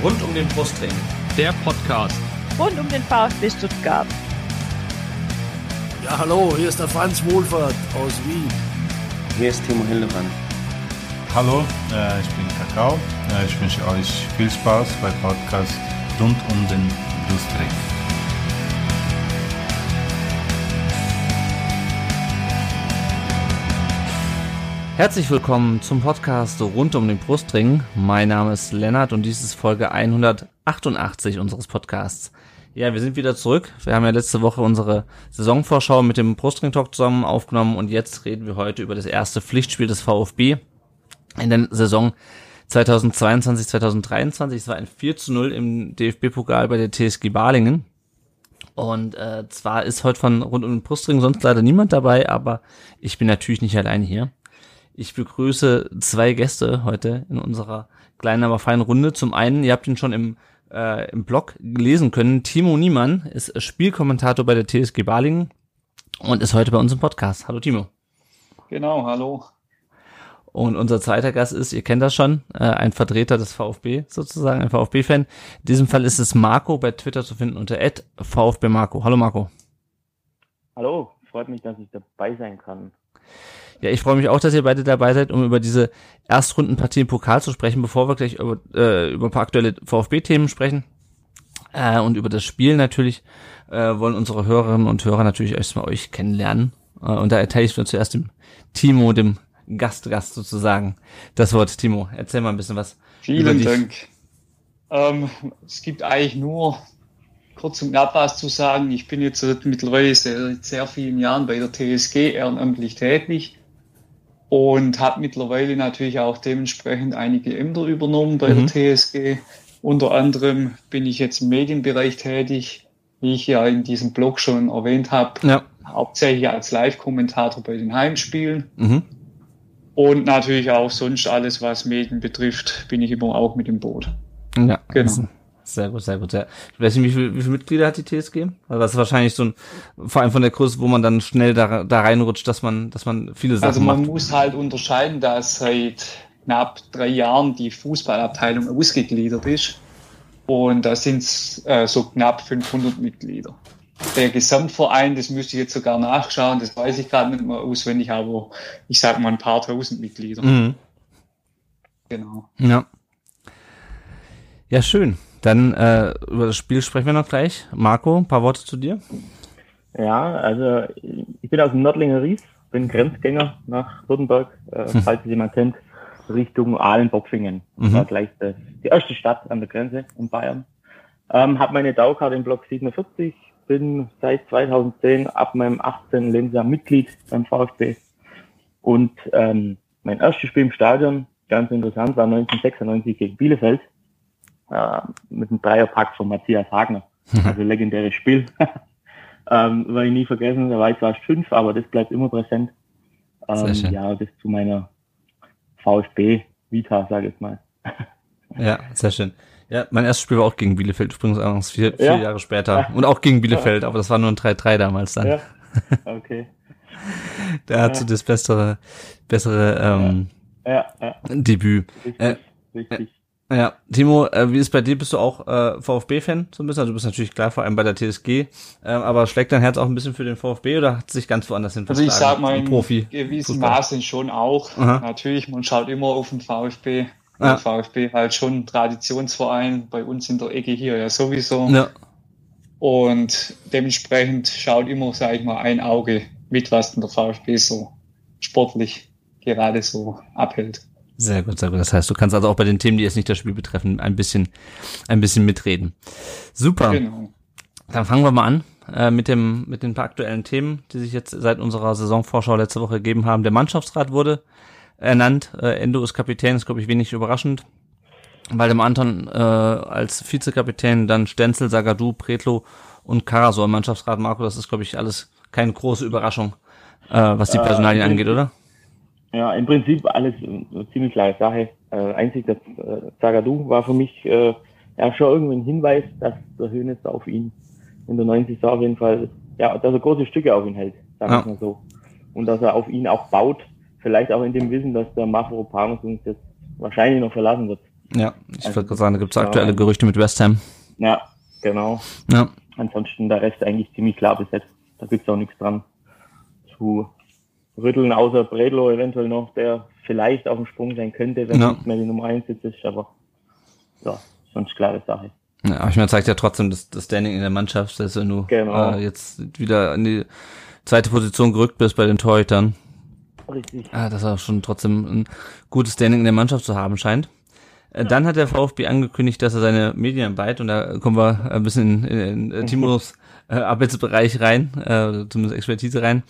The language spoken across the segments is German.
Rund um den Brustring. Der Podcast. Rund um den VfB Stuttgart. Ja, hallo, hier ist der Franz Wohlfahrt aus Wien. Hier ist Timo Hildebrand. Hallo, ich bin Kakao. Ich wünsche euch viel Spaß beim Podcast Rund um den Brustring. Herzlich willkommen zum Podcast Rund um den Brustring. Mein Name ist Lennart und dies ist Folge 188 unseres Podcasts. Ja, wir sind wieder zurück. Wir haben ja letzte Woche unsere Saisonvorschau mit dem Brustring-Talk zusammen aufgenommen und jetzt reden wir heute über das erste Pflichtspiel des VfB in der Saison 2022/2023. Es war ein 4:0 im DFB-Pokal bei der TSG Balingen. Und zwar ist heute von Rund um den Brustring sonst leider niemand dabei, aber ich bin natürlich nicht allein hier. Ich begrüße zwei Gäste heute in unserer kleinen, aber feinen Runde. Zum einen, ihr habt ihn schon im Blog lesen können, Timo Niemann ist Spielkommentator bei der TSG Balingen und ist heute bei uns im Podcast. Hallo Timo. Genau, hallo. Und unser zweiter Gast ist, ihr kennt das schon, ein Vertreter des VfB sozusagen, ein VfB-Fan. In diesem Fall ist es Marco, bei Twitter zu finden unter @VfBMarco. Hallo Marco. Hallo, freut mich, dass ich dabei sein kann. Ja, ich freue mich auch, dass ihr beide dabei seid, um über diese Erstrundenpartie im Pokal zu sprechen, bevor wir gleich über ein paar aktuelle VfB-Themen sprechen. Und über das Spiel natürlich wollen unsere Hörerinnen und Hörer natürlich erstmal euch kennenlernen. Und da erteile ich mir zuerst dem Timo, dem Gast sozusagen, das Wort. Timo, erzähl mal ein bisschen was. Vielen Dank. Es gibt eigentlich nur kurz und knapp was zu sagen. Ich bin jetzt mittlerweile seit sehr vielen Jahren bei der TSG ehrenamtlich tätig und habe mittlerweile natürlich auch dementsprechend einige Ämter übernommen bei der TSG. Unter anderem bin ich jetzt im Medienbereich tätig, wie ich ja in diesem Blog schon erwähnt habe, hauptsächlich als Live-Kommentator bei den Heimspielen. Und natürlich auch sonst alles, was Medien betrifft, bin ich immer auch mit im Boot. Ja, genau. Sehr gut, sehr gut. Ja. Ich weiß nicht, wie viele Mitglieder hat die TSG? Also das ist wahrscheinlich so ein, vor allem von der Größe, wo man dann schnell da reinrutscht, dass man viele Sachen macht. Also man muss halt unterscheiden, dass seit knapp 3 Jahren die Fußballabteilung ausgegliedert ist. Und da sind es so knapp 500 Mitglieder. Der Gesamtverein, das müsste ich jetzt sogar nachschauen, das weiß ich gerade nicht mehr auswendig, aber ich sage mal ein paar tausend Mitglieder. Genau. Ja, schön. Dann über das Spiel sprechen wir noch gleich. Marco, ein paar Worte zu dir? Ja, also ich bin aus dem Nördlinger Ries, bin Grenzgänger nach Württemberg, falls es jemand kennt, Richtung Aalen-Bopfingen. Das war gleich die erste Stadt an der Grenze in Bayern. Habe meine Dauerkarte im Block 47, bin seit 2010 ab meinem 18. Lebensjahr Mitglied beim VfB. Und mein erstes Spiel im Stadion, ganz interessant, war 1996 gegen Bielefeld. Mit einem Dreierpack von Matthias Hagner. Also legendäres Spiel. Werde ich nie vergessen, da war ich zwar 5, aber das bleibt immer präsent. Ja, das zu meiner VfB-Vita, sage ich jetzt mal. Ja, sehr schön. Ja, mein erstes Spiel war auch gegen Bielefeld, übrigens auch 4 Jahre später. Und auch gegen Bielefeld, aber das war nur ein 3:3 damals dann. Ja, okay. Da hat so das bessere Debüt. Richtig. Ja, Timo, wie ist bei dir? Bist du auch VfB-Fan so ein bisschen? Also du bist natürlich klar, vor allem bei der TSG, aber schlägt dein Herz auch ein bisschen für den VfB oder hat sich ganz woanders hin verschlagen? Also ich sag mal in Profi gewissen Maßen schon auch. Natürlich, man schaut immer auf den VfB. Der VfB halt schon ein Traditionsverein, bei uns in der Ecke hier ja sowieso. Ja. Und dementsprechend schaut immer, sag ich mal, ein Auge mit, was denn der VfB so sportlich gerade so abhält. Sehr gut, sehr gut. Das heißt, du kannst also auch bei den Themen, die jetzt nicht das Spiel betreffen, ein bisschen mitreden. Super. Genau. Dann fangen wir mal an mit den paar aktuellen Themen, die sich jetzt seit unserer Saisonvorschau letzte Woche gegeben haben. Der Mannschaftsrat wurde ernannt. Endo ist Kapitän, ist, glaube ich, wenig überraschend. Waldemar Anton als Vizekapitän, dann Stenzel, Zagadou, Pretlo und Karasor im Mannschaftsrat. Marco, das ist, glaube ich, alles keine große Überraschung, was die Personalien angeht, oder? Ja, im Prinzip alles ziemlich klare Sache. Einzig, das Zagadou war für mich schon irgendwie ein Hinweis, dass der Hoeneß auf ihn in der neuen Saison auf jeden Fall, dass er große Stücke auf ihn hält, sagen wir mal so. Und dass er auf ihn auch baut, vielleicht auch in dem Wissen, dass der Mavropanos uns jetzt wahrscheinlich noch verlassen wird Ja, ich würde gerade sagen, da gibt es aktuelle Gerüchte mit West Ham. Ja, genau. Ja. Ansonsten der Rest eigentlich ziemlich klar besetzt. Da gibt es auch nichts dran zu rütteln, außer Bredlo eventuell noch, der vielleicht auf dem Sprung sein könnte, wenn nicht mehr die Nummer 1 jetzt ist, aber ja, sonst klare Sache. Ja, aber ich meine, zeigt ja trotzdem das Standing in der Mannschaft, dass du nur jetzt wieder in die zweite Position gerückt bist bei den Torhütern. Richtig. Dass er schon trotzdem ein gutes Standing in der Mannschaft zu haben scheint. Dann hat der VfB angekündigt, dass er seine Medienarbeit, und da kommen wir ein bisschen in Timos Arbeitsbereich rein, zumindest Expertise rein.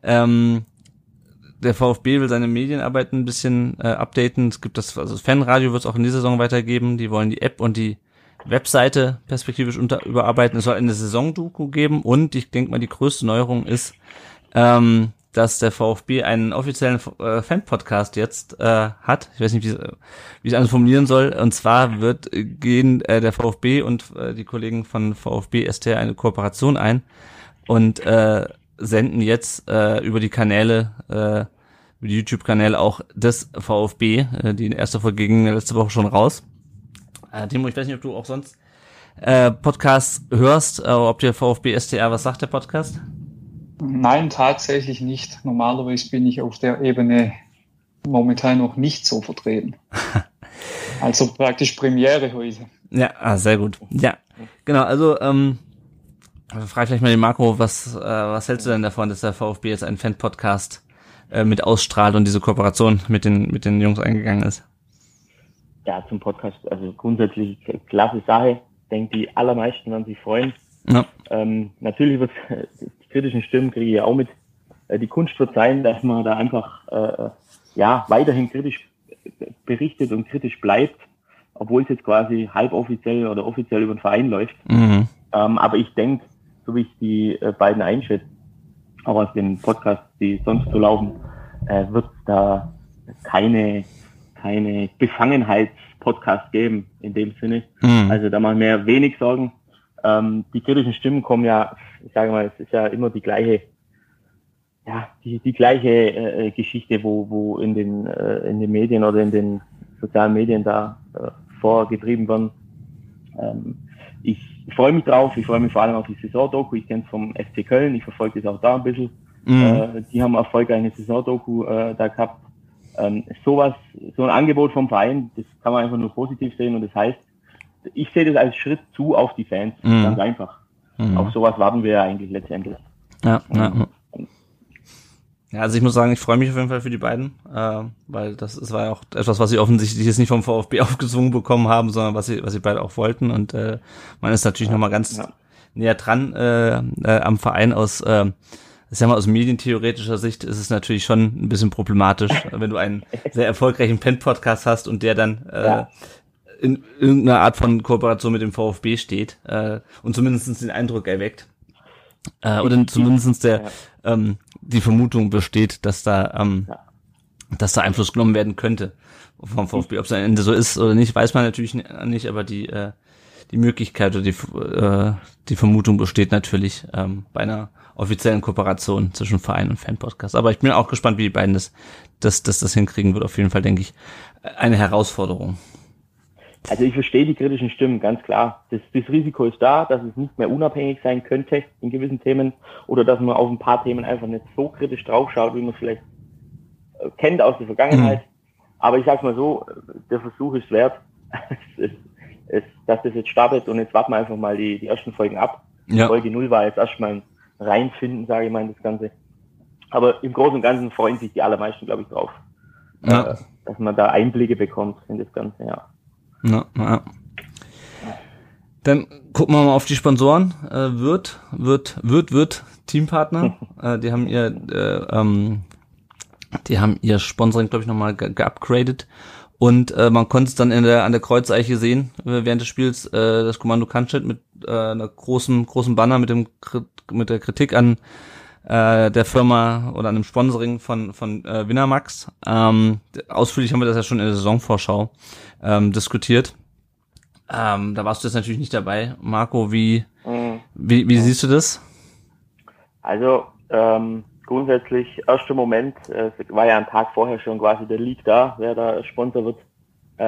Der VfB will seine Medienarbeit ein bisschen updaten. Es gibt das Fanradio wird es auch in dieser Saison weitergeben. Die wollen die App und die Webseite perspektivisch überarbeiten. Es soll eine Saison-Doku geben, und ich denke mal, die größte Neuerung ist, dass der VfB einen offiziellen Fan-Podcast jetzt hat. Ich weiß nicht, wie ich es alles formulieren soll. Und zwar gehen der VfB und die Kollegen von VfB ST eine Kooperation ein und senden jetzt über die Kanäle, über die YouTube-Kanäle auch des VfB. Die erste Folge ging letzte Woche schon raus. Timo, ich weiß nicht, ob du auch sonst Podcasts hörst, ob der VfB STR was sagt, der Podcast? Nein, tatsächlich nicht. Normalerweise bin ich auf der Ebene momentan noch nicht so vertreten. Also praktisch Premiere heute. Ja, sehr gut. Ja, genau. Also frage vielleicht mal den Marco, was hältst du denn davon, dass der VfB jetzt einen Fan-Podcast mit ausstrahlt und diese Kooperation mit den Jungs eingegangen ist? Ja, zum Podcast, also grundsätzlich klasse Sache. Ich denke, die allermeisten werden sich freuen. Ja. Natürlich wird die kritischen Stimmen kriege ich auch mit. Die Kunst wird sein, dass man da einfach weiterhin kritisch berichtet und kritisch bleibt, obwohl es jetzt quasi halboffiziell oder offiziell über den Verein läuft. Mhm. Aber ich denke, so wie ich die beiden einschätze, auch aus den Podcasts, die sonst so laufen, wird es da keine Befangenheits-Podcast geben in dem Sinne. Mhm. Also da machen wir wenig Sorgen. Die kritischen Stimmen kommen ja, ich sage mal, es ist ja immer die gleiche, die gleiche Geschichte, wo in den Medien oder in den sozialen Medien da vorgetrieben werden. Ich freue mich drauf, ich freue mich vor allem auf die Saison-Doku. Ich kenne es vom FC Köln, ich verfolge das auch da ein bisschen. Mhm. Die haben erfolgreich eine Saison-Doku da gehabt. So ein Angebot vom Verein, das kann man einfach nur positiv sehen, und das heißt, ich sehe das als Schritt auf die Fans, ganz einfach. Auf sowas warten wir ja eigentlich letztendlich. Ja. Ja, also ich muss sagen, ich freue mich auf jeden Fall für die beiden, weil das war ja auch etwas, was sie offensichtlich jetzt nicht vom VfB aufgezwungen bekommen haben, sondern was sie beide auch wollten, und man ist natürlich nochmal ganz näher dran am Verein aus aus medientheoretischer Sicht ist es natürlich schon ein bisschen problematisch, wenn du einen sehr erfolgreichen Pen-Podcast hast und der dann in irgendeiner Art von Kooperation mit dem VfB steht und zumindest den Eindruck erweckt. Oder zumindest die Vermutung besteht, dass da Einfluss genommen werden könnte vom VfB. Ob es am Ende so ist oder nicht, weiß man natürlich nicht, aber die Möglichkeit oder die Vermutung besteht natürlich bei einer offiziellen Kooperation zwischen Verein und Fan-Podcast. Aber ich bin auch gespannt, wie die beiden das hinkriegen, wird auf jeden Fall, denke ich, eine Herausforderung. Also ich verstehe die kritischen Stimmen, ganz klar. Das Risiko ist da, dass es nicht mehr unabhängig sein könnte in gewissen Themen oder dass man auf ein paar Themen einfach nicht so kritisch draufschaut, wie man es vielleicht kennt aus der Vergangenheit. Aber ich sag's mal so, der Versuch ist wert, dass das jetzt startet, und jetzt warten wir einfach mal die ersten Folgen ab. Ja. Folge 0 war jetzt erstmal ein Reinfinden, sage ich mal, in das Ganze. Aber im Großen und Ganzen freuen sich die allermeisten, glaube ich, drauf, dass man da Einblicke bekommt in das Ganze, ja. Ja. Dann gucken wir mal auf die Sponsoren. Wird Teampartner. Die haben ihr Sponsoring, glaube ich, nochmal geupgradet. Und man konnte es dann an der Kreuzeiche sehen während des Spiels, das Kommando Cannstatt mit einer großen Banner mit der Kritik an der Firma oder an dem Sponsoring von Winamax. Ausführlich haben wir das ja schon in der Saisonvorschau diskutiert. Da warst du jetzt natürlich nicht dabei. Marco, wie siehst du das? Also grundsätzlich, erster Moment, war ja ein Tag vorher schon quasi der Leak da, wer da Sponsor wird.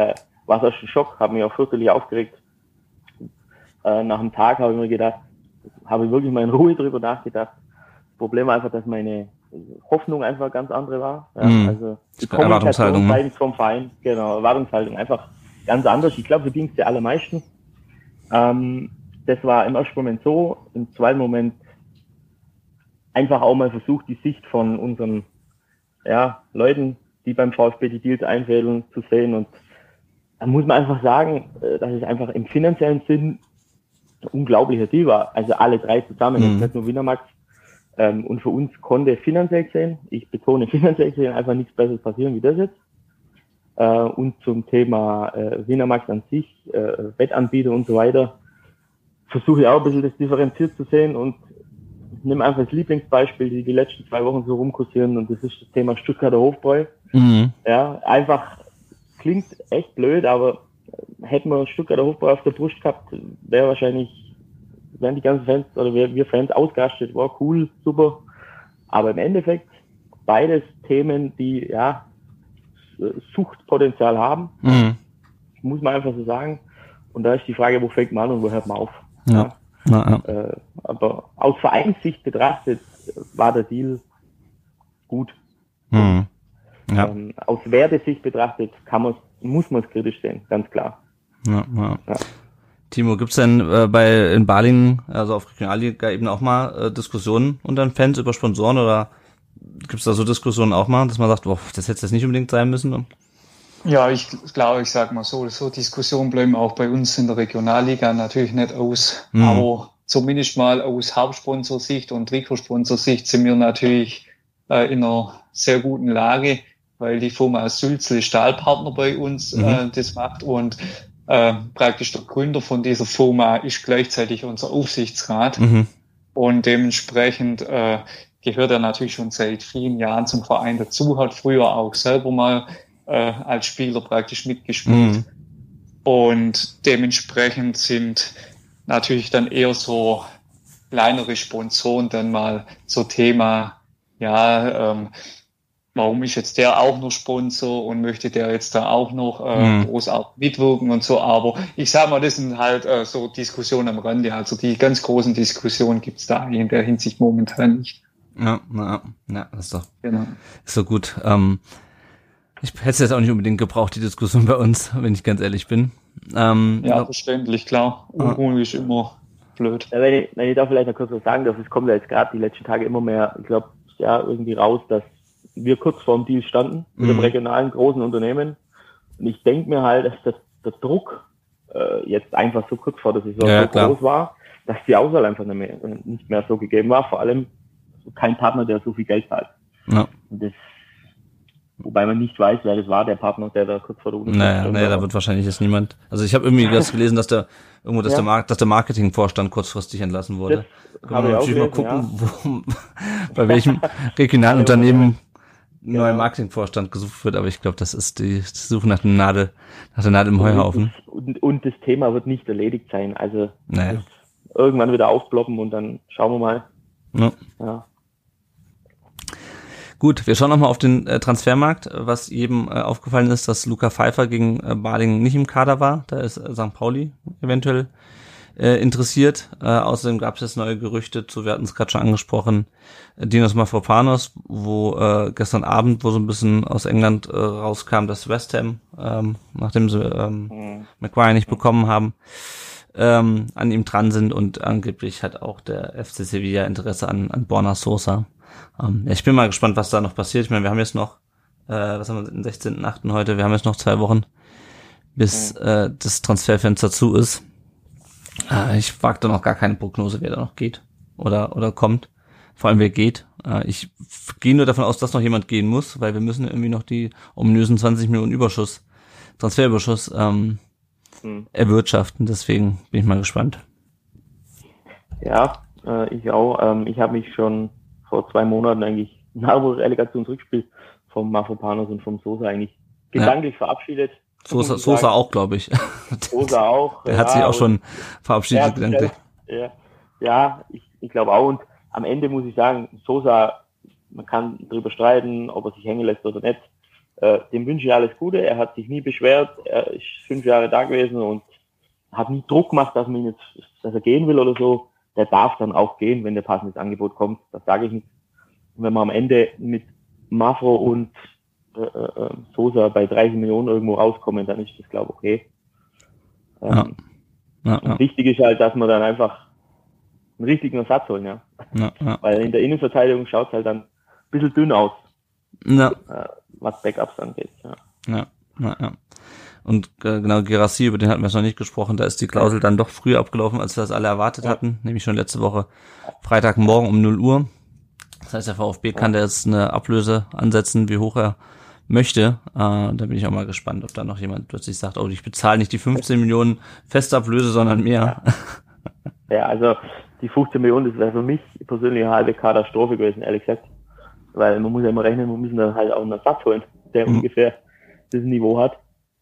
war es erst ein Schock, habe mich auch fürchterlich aufgeregt. Nach einem Tag habe ich wirklich mal in Ruhe drüber nachgedacht. Das Problem war einfach, dass meine Hoffnung einfach ganz andere war. Ja, also die Kommunikation seitens vom Verein, genau, Erwartungshaltung einfach ganz anders. Ich glaube, so ging es den allermeisten. Das war im ersten Moment so, im zweiten Moment einfach auch mal versucht, die Sicht von unseren Leuten, die beim VfB die Deals einfädeln, zu sehen. Und da muss man einfach sagen, dass es einfach im finanziellen Sinn ein unglaublicher Deal war. Also alle drei zusammen, nicht nur Winamax. Und für uns konnte finanziell gesehen, ich betone finanziell gesehen, einfach nichts Besseres passieren wie das jetzt. Und zum Thema Winamax an sich, Wettanbieter und so weiter, versuche ich auch ein bisschen das differenziert zu sehen und nehme einfach das Lieblingsbeispiel, die letzten 2 Wochen so rumkursieren, und das ist das Thema Stuttgarter Hofbräu. Ja, einfach klingt echt blöd, aber hätten wir Stuttgarter Hofbräu auf der Brust gehabt, wären die ganzen Fans oder wir Fans ausgerastet, war cool, super. Aber im Endeffekt beides Themen, die Suchtpotenzial haben, muss man einfach so sagen. Und da ist die Frage, wo fängt man an und wo hört man auf? Ja. Aber aus Vereinssicht betrachtet war der Deal gut. Aus Wertesicht betrachtet muss man es kritisch sehen, ganz klar. Ja. Timo, gibt's denn in Balingen, also auf Regionalliga-Ebene auch mal Diskussionen unter den Fans über Sponsoren, oder gibt's da so Diskussionen auch mal, dass man sagt, boah, das hätte jetzt nicht unbedingt sein müssen? Ja, ich glaube, ich sag mal so Diskussionen bleiben auch bei uns in der Regionalliga natürlich nicht aus, aber zumindest mal aus Hauptsponsorsicht und Trikotsponsorsicht sind wir natürlich in einer sehr guten Lage, weil die Firma Sülzle Stahlpartner bei uns das macht, und praktisch der Gründer von dieser Firma ist gleichzeitig unser Aufsichtsrat, und dementsprechend gehört er natürlich schon seit vielen Jahren zum Verein dazu, hat früher auch selber mal als Spieler praktisch mitgespielt, und dementsprechend sind natürlich dann eher so kleinere Sponsoren dann mal so Thema, warum ist jetzt der auch noch Sponsor und möchte der jetzt da auch noch groß auch mitwirken und so. Aber ich sag mal, das sind halt so Diskussionen am Rande. Also die ganz großen Diskussionen gibt's da in der Hinsicht momentan nicht. Ja, das ist doch, ist so gut. Ich hätte es jetzt auch nicht unbedingt gebraucht, die Diskussion bei uns, wenn ich ganz ehrlich bin. Verständlich, klar. Unruhe ist immer blöd. Ja, wenn ich da vielleicht noch kurz was sagen darf, es kommt ja jetzt gerade die letzten Tage immer mehr, ich glaube, irgendwie raus, dass wir kurz vor dem Deal standen mit einem regionalen großen Unternehmen. Und ich denke mir halt, dass der Druck jetzt einfach so kurz vor der Saison so groß war, dass die Auswahl einfach nicht mehr so gegeben war. Vor allem kein Partner, der so viel Geld zahlt. Ja. Wobei man nicht weiß, wer das war, der Partner, der da kurz vor der Unterschrift da wird wahrscheinlich jetzt niemand. Also ich habe irgendwie das gelesen, dass der Marketingvorstand kurzfristig entlassen wurde. Da kann man natürlich mal gucken, bei welchem regionalen Unternehmen neuer Marketingvorstand gesucht wird, aber ich glaube, das ist die Suche nach der Nadel im Heuhaufen. Und das Thema wird nicht erledigt sein. Also irgendwann wieder aufploppen und dann schauen wir mal. Ja. Gut, wir schauen nochmal auf den Transfermarkt. Was jedem aufgefallen ist, dass Luca Pfeiffer gegen Balingen nicht im Kader war. Da ist St. Pauli eventuell interessiert. Außerdem gab es jetzt neue Gerüchte zu, wir hatten es gerade schon angesprochen, Dinos Mavropanos, wo gestern Abend, wo so ein bisschen aus England rauskam, dass West Ham, nachdem sie Maguire nicht bekommen haben, an ihm dran sind, und angeblich hat auch der FC Sevilla Interesse an Borna Sosa. Ich bin mal gespannt, was da noch passiert. Ich meine, wir haben jetzt noch, was haben wir, den 16.8. heute, wir haben jetzt noch 2 Wochen, bis das Transferfenster zu ist. Ich wage da noch gar keine Prognose, wer da noch geht oder kommt. Vor allem, wer geht. Ich gehe nur davon aus, dass noch jemand gehen muss, weil wir müssen irgendwie noch die ominösen 20 Millionen Transferüberschuss erwirtschaften. Deswegen bin ich mal gespannt. Ja, ich auch. Ich habe mich schon vor 2 Monaten eigentlich nach dem Relegationsrückspiel vom Mavropanos und vom Sosa eigentlich gedanklich verabschiedet. Sosa auch, glaube ich. Sosa auch. Der hat sich auch schon verabschiedet, gedanklich. Ja, ich glaube auch. Und am Ende muss ich sagen, Sosa, man kann drüber streiten, ob er sich hängen lässt oder nicht. dem wünsche ich alles Gute. Er hat sich nie beschwert. Er ist 5 Jahre da gewesen und hat nie Druck gemacht, dass er gehen will oder so. Der darf dann auch gehen, wenn der passendes Angebot kommt. Das sage ich nicht. Und wenn man am Ende mit Mafro und Sosa bei 30 Millionen irgendwo rauskommen, dann ist das, glaube ich, okay. Wichtig ist halt, dass man dann einfach einen richtigen Ersatz holen, ja. Weil in der Innenverteidigung schaut es halt dann ein bisschen dünn aus, was Backups angeht. Ja. Und genau, Guirassy, über den hatten wir es noch nicht gesprochen, da ist die Klausel dann doch früher abgelaufen, als wir das alle erwartet hatten, nämlich schon letzte Woche Freitagmorgen um 0 Uhr. Das heißt, der VfB kann da jetzt eine Ablöse ansetzen, wie hoch er möchte. Da bin ich auch mal gespannt, ob da noch jemand plötzlich sagt, oh, ich bezahle nicht die 15 Millionen Festablöse, sondern mehr. Ja, also die 15 Millionen, das wäre für mich persönlich eine halbe Katastrophe gewesen, ehrlich gesagt. Weil man muss ja immer rechnen, wir müssen dann halt auch einen Ersatz holen, der ungefähr das Niveau hat.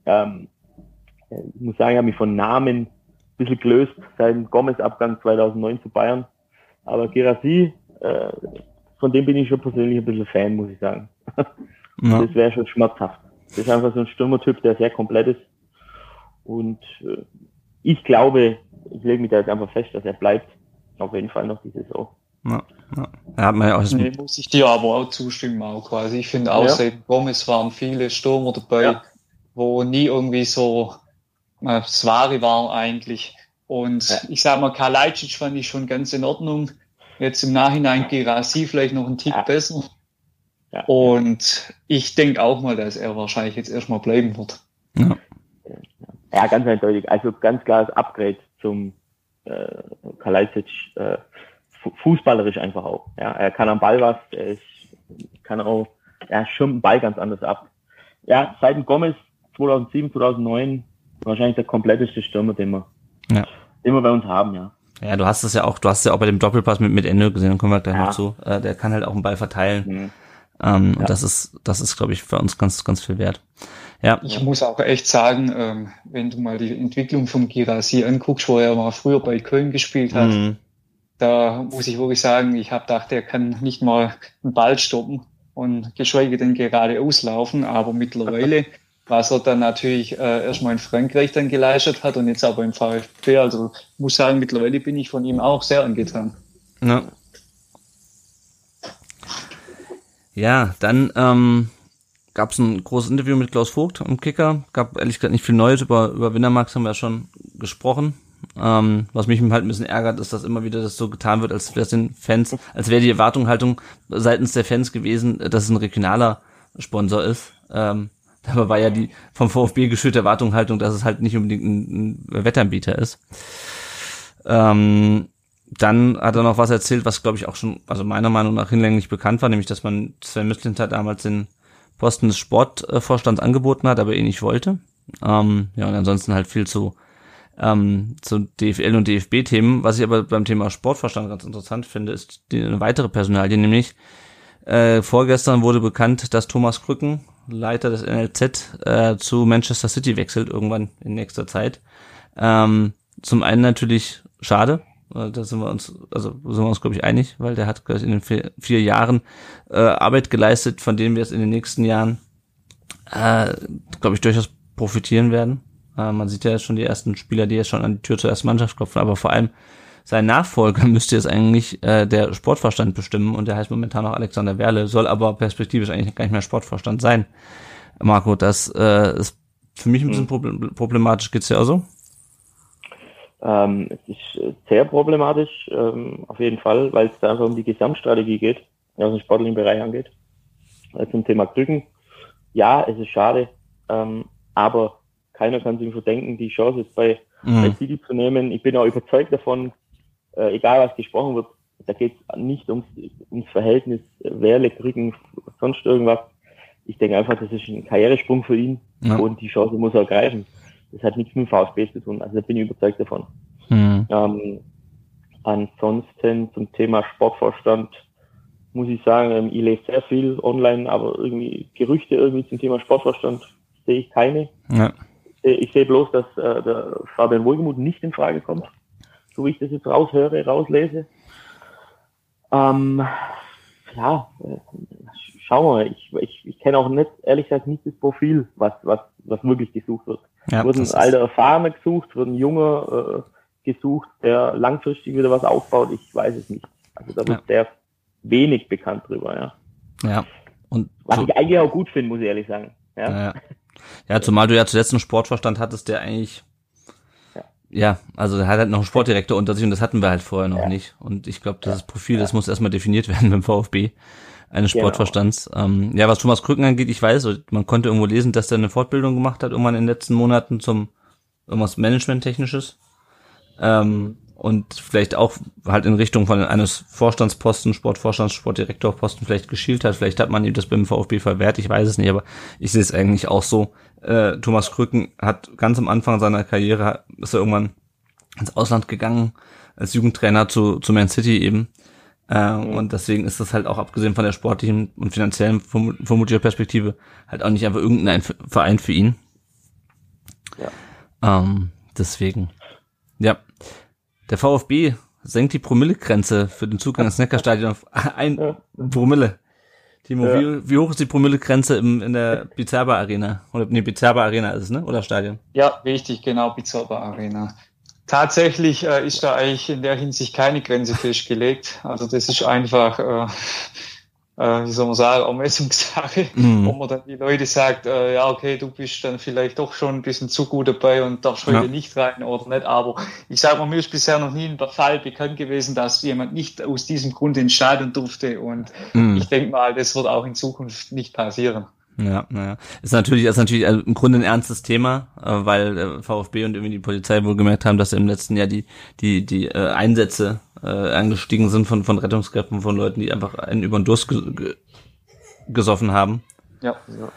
Ich muss sagen, ich habe mich von Namen ein bisschen gelöst seit dem Gomez-Abgang 2009 zu Bayern. Aber Guirassy, von dem bin ich schon persönlich ein bisschen Fan, muss ich sagen. Das wäre schon schmerzhaft. Das ist einfach so ein Stürmertyp, der sehr komplett ist. Und ich glaube, ich lege mich da jetzt einfach fest, dass er bleibt. Auf jeden Fall noch die Saison. Hat man ja auch muss ich dir aber auch zustimmen, auch quasi. Ich finde auch, seit Gomez waren viele Stürmer dabei, wo nie irgendwie so Svari war eigentlich. Und ich sag mal, Kalajdzic fand ich schon ganz in Ordnung. Jetzt im Nachhinein Guirassy vielleicht noch einen Tick besser. Ja. Und ich denke auch mal, dass er wahrscheinlich jetzt erstmal bleiben wird. Ja, ganz eindeutig. Also ganz klares Upgrade zum Kalajdzic, fußballerisch einfach auch. Ja, er kann am Ball was, er schirmt den Ball ganz anders ab. Ja, seit dem Gomez 2007, 2009 wahrscheinlich der kompletteste Stürmer, den wir bei uns haben, ja. Ja, du hast es ja auch bei dem Doppelpass mit Endo gesehen, dann kommen wir gleich noch zu. Der kann halt auch einen Ball verteilen. Und das ist, glaube ich, für uns ganz, ganz viel wert. Ja. Ich muss auch echt sagen, wenn du mal die Entwicklung vom Guirassy anguckst, wo er mal früher bei Köln gespielt hat, da muss ich wirklich sagen, ich habe gedacht, er kann nicht mal einen Ball stoppen und geschweige denn gerade auslaufen, aber mittlerweile, was er dann natürlich erstmal in Frankreich dann geleistet hat und jetzt aber im VfB, also muss sagen, mittlerweile bin ich von ihm auch sehr angetan. Ja, dann gab es ein großes Interview mit Klaus Vogt im Kicker. Gab ehrlich gesagt nicht viel Neues. Über Wintermax haben wir ja schon gesprochen. Was mich halt ein bisschen ärgert, ist, dass immer wieder das so getan wird, als wäre es den Fans, als wäre die Erwartungshaltung seitens der Fans gewesen, dass es ein regionaler Sponsor ist. Dabei war ja die vom VfB geschürte Erwartungshaltung, dass es halt nicht unbedingt ein Wettanbieter ist. Dann hat er noch was erzählt, was glaube ich auch schon, also meiner Meinung nach hinlänglich bekannt war, nämlich, dass man Sven Mislintat damals den Posten des Sportvorstands angeboten hat, aber nicht wollte. Und ansonsten halt viel zu DFL und DFB-Themen. Was ich aber beim Thema Sportvorstand ganz interessant finde, ist eine weitere Personalie, nämlich vorgestern wurde bekannt, dass Thomas Krücken, Leiter des NLZ, zu Manchester City wechselt, irgendwann in nächster Zeit. Zum einen natürlich schade, da sind wir uns glaube ich einig, weil der hat in den 4 Jahren Arbeit geleistet, von denen wir jetzt in den nächsten Jahren glaube ich durchaus profitieren werden. Man sieht ja schon die ersten Spieler, die jetzt schon an die Tür zur ersten Mannschaft klopfen, aber vor allem sein Nachfolger müsste jetzt eigentlich der Sportvorstand bestimmen und der heißt momentan noch Alexander Werle, soll aber perspektivisch eigentlich gar nicht mehr Sportvorstand sein. Marco, das ist für mich ein bisschen problematisch. Geht's dir auch so? Es ist sehr problematisch, auf jeden Fall, weil es da einfach um die Gesamtstrategie geht, was den sportlichen Bereich angeht. Zum Thema Krücken. Ja, es ist schade, aber keiner kann sich verdenken, die Chance jetzt bei City zu nehmen. Ich bin auch überzeugt davon, egal was gesprochen wird, da geht es nicht ums Verhältnis Werle, Krücken, sonst irgendwas. Ich denke einfach, das ist ein Karrieresprung für ihn und die Chance muss er ergreifen. Das hat nichts mit dem VfB zu tun, also da bin ich überzeugt davon. Ansonsten zum Thema Sportvorstand muss ich sagen, ich lese sehr viel online, aber irgendwie Gerüchte zum Thema Sportvorstand sehe ich keine. Ja. Ich sehe bloß, dass der Fabian Wohlgemuth nicht in Frage kommt, so wie ich das jetzt rauslese. Schade schauen wir. Ich kenne auch nicht, ehrlich gesagt, nicht das Profil, was wirklich gesucht wird. Ja, wird ein alter Erfahrener gesucht, wird ein junger gesucht, der langfristig wieder was aufbaut. Ich weiß es nicht. Also da wird sehr wenig bekannt drüber, ja. Ja. Und was ich eigentlich auch gut finde, muss ich ehrlich sagen. Ja, zumal du ja zuletzt einen Sportvorstand hattest, der eigentlich also der hat halt noch einen Sportdirektor unter sich und das hatten wir halt vorher noch nicht. Und ich glaube, das Profil, das muss erstmal definiert werden beim VfB, eines Sportvorstands. Was Thomas Krücken angeht, ich weiß, man konnte irgendwo lesen, dass der eine Fortbildung gemacht hat, irgendwann in den letzten Monaten zum irgendwas Management-Technisches. Und vielleicht auch halt in Richtung von eines Vorstandsposten, Sportvorstands, Sportdirektorposten vielleicht geschielt hat. Vielleicht hat man ihm das beim VfB verwehrt, ich weiß es nicht, aber ich sehe es eigentlich auch so. Thomas Krücken hat ganz am Anfang seiner Karriere, ist er irgendwann ins Ausland gegangen, als Jugendtrainer zu Man City eben. Und deswegen ist das halt auch, abgesehen von der sportlichen und finanziellen vermutlicher Perspektive, halt auch nicht einfach irgendein Verein für ihn. Deswegen. Ja. Der VfB senkt die Promillegrenze für den Zugang ins Neckarstadion auf 1 Promille. Timo, wie hoch ist die Promillegrenze in der Bizerba Arena? Oder Bizerba Arena ist es, ne? Oder Stadion? Ja, richtig, genau, Bizerba Arena. Tatsächlich ist da eigentlich in der Hinsicht keine Grenze festgelegt. Also das ist einfach, wie soll man sagen, Ermessungssache, wo man dann die Leute sagt, okay, du bist dann vielleicht doch schon ein bisschen zu gut dabei und darfst heute nicht rein oder nicht. Aber ich sage mal, mir ist bisher noch nie ein Fall bekannt gewesen, dass jemand nicht aus diesem Grund ins Stadion durfte. Und ich denke mal, das wird auch in Zukunft nicht passieren. Ja. Ist natürlich im Grunde ein ernstes Thema, weil VfB und irgendwie die Polizei wohl gemerkt haben, dass im letzten Jahr die Einsätze angestiegen sind von Rettungskräften, von Leuten, die einfach einen über den Durst gesoffen haben. Ja.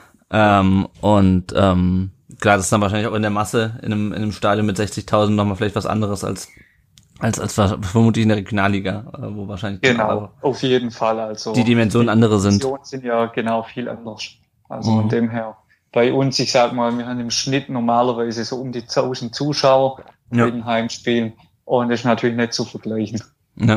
Klar, das ist dann wahrscheinlich auch in der Masse in einem Stadion mit 60.000 nochmal vielleicht was anderes als vermutlich in der Regionalliga, wo wahrscheinlich genau, auf jeden Fall. Also die Dimensionen andere sind. Die Dimensionen sind ja genau viel anders. Also von dem her, bei uns, ich sag mal, wir haben im Schnitt normalerweise so um die 1000 Zuschauer bei den Heimspielen und das ist natürlich nicht zu vergleichen. Ja.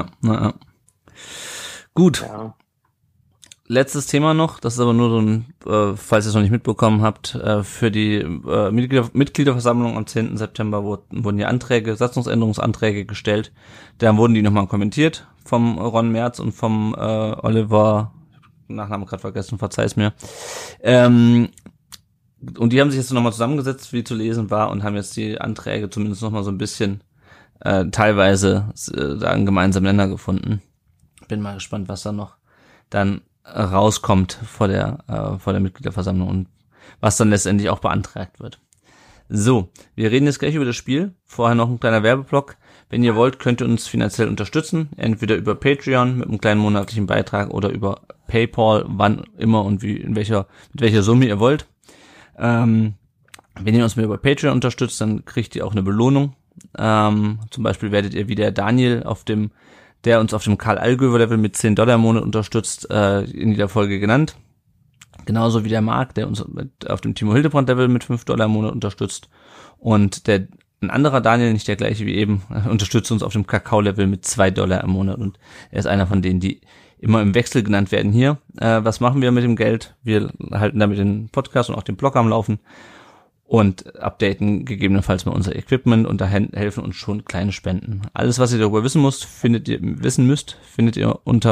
Gut. Ja. Letztes Thema noch, das ist aber nur so ein, falls ihr es noch nicht mitbekommen habt, für die Mitgliederversammlung am 10. September wurden ja Satzungsänderungsanträge gestellt. Dann wurden die nochmal kommentiert vom Ron Merz und vom Oliver, Nachname gerade vergessen, verzeih's mir. Und die haben sich jetzt nochmal zusammengesetzt, wie zu lesen war, und haben jetzt die Anträge zumindest nochmal so ein bisschen teilweise da einen gemeinsamen Nenner gefunden. Bin mal gespannt, was da noch dann rauskommt vor der Mitgliederversammlung und was dann letztendlich auch beantragt wird. So, wir reden jetzt gleich über das Spiel. Vorher noch ein kleiner Werbeblock. Wenn ihr wollt, könnt ihr uns finanziell unterstützen, entweder über Patreon mit einem kleinen monatlichen Beitrag oder über PayPal, wann immer und mit welcher Summe ihr wollt. Wenn ihr uns über Patreon unterstützt, dann kriegt ihr auch eine Belohnung. Zum Beispiel werdet ihr wie der Daniel, der uns auf dem Karl-Allgöwer-Level mit $10 im Monat unterstützt, in jeder Folge genannt. Genauso wie der Marc, der uns auf dem Timo Hildebrand-Level mit $5 im Monat unterstützt. Und ein anderer Daniel, nicht der gleiche wie eben, unterstützt uns auf dem Kakao-Level mit $2 im Monat. Und er ist einer von denen, die immer im Wechsel genannt werden hier. Was machen wir mit dem Geld? Wir halten damit den Podcast und auch den Blog am Laufen und updaten gegebenenfalls mal unser Equipment, und da helfen uns schon kleine Spenden. Alles, was ihr darüber wissen müsst, findet ihr unter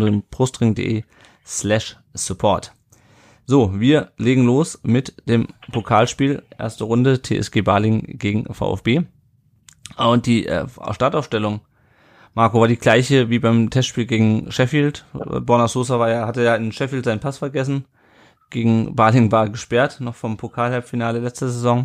rundumdenbrustring.de/support. So, wir legen los mit dem Pokalspiel. Erste Runde, TSG Balingen gegen VfB. Und die Startaufstellung, Marco, war die gleiche wie beim Testspiel gegen Sheffield. Borna Sosa hatte ja in Sheffield seinen Pass vergessen. Gegen Balingen war gesperrt, noch vom Pokal-Halbfinale letzte Saison.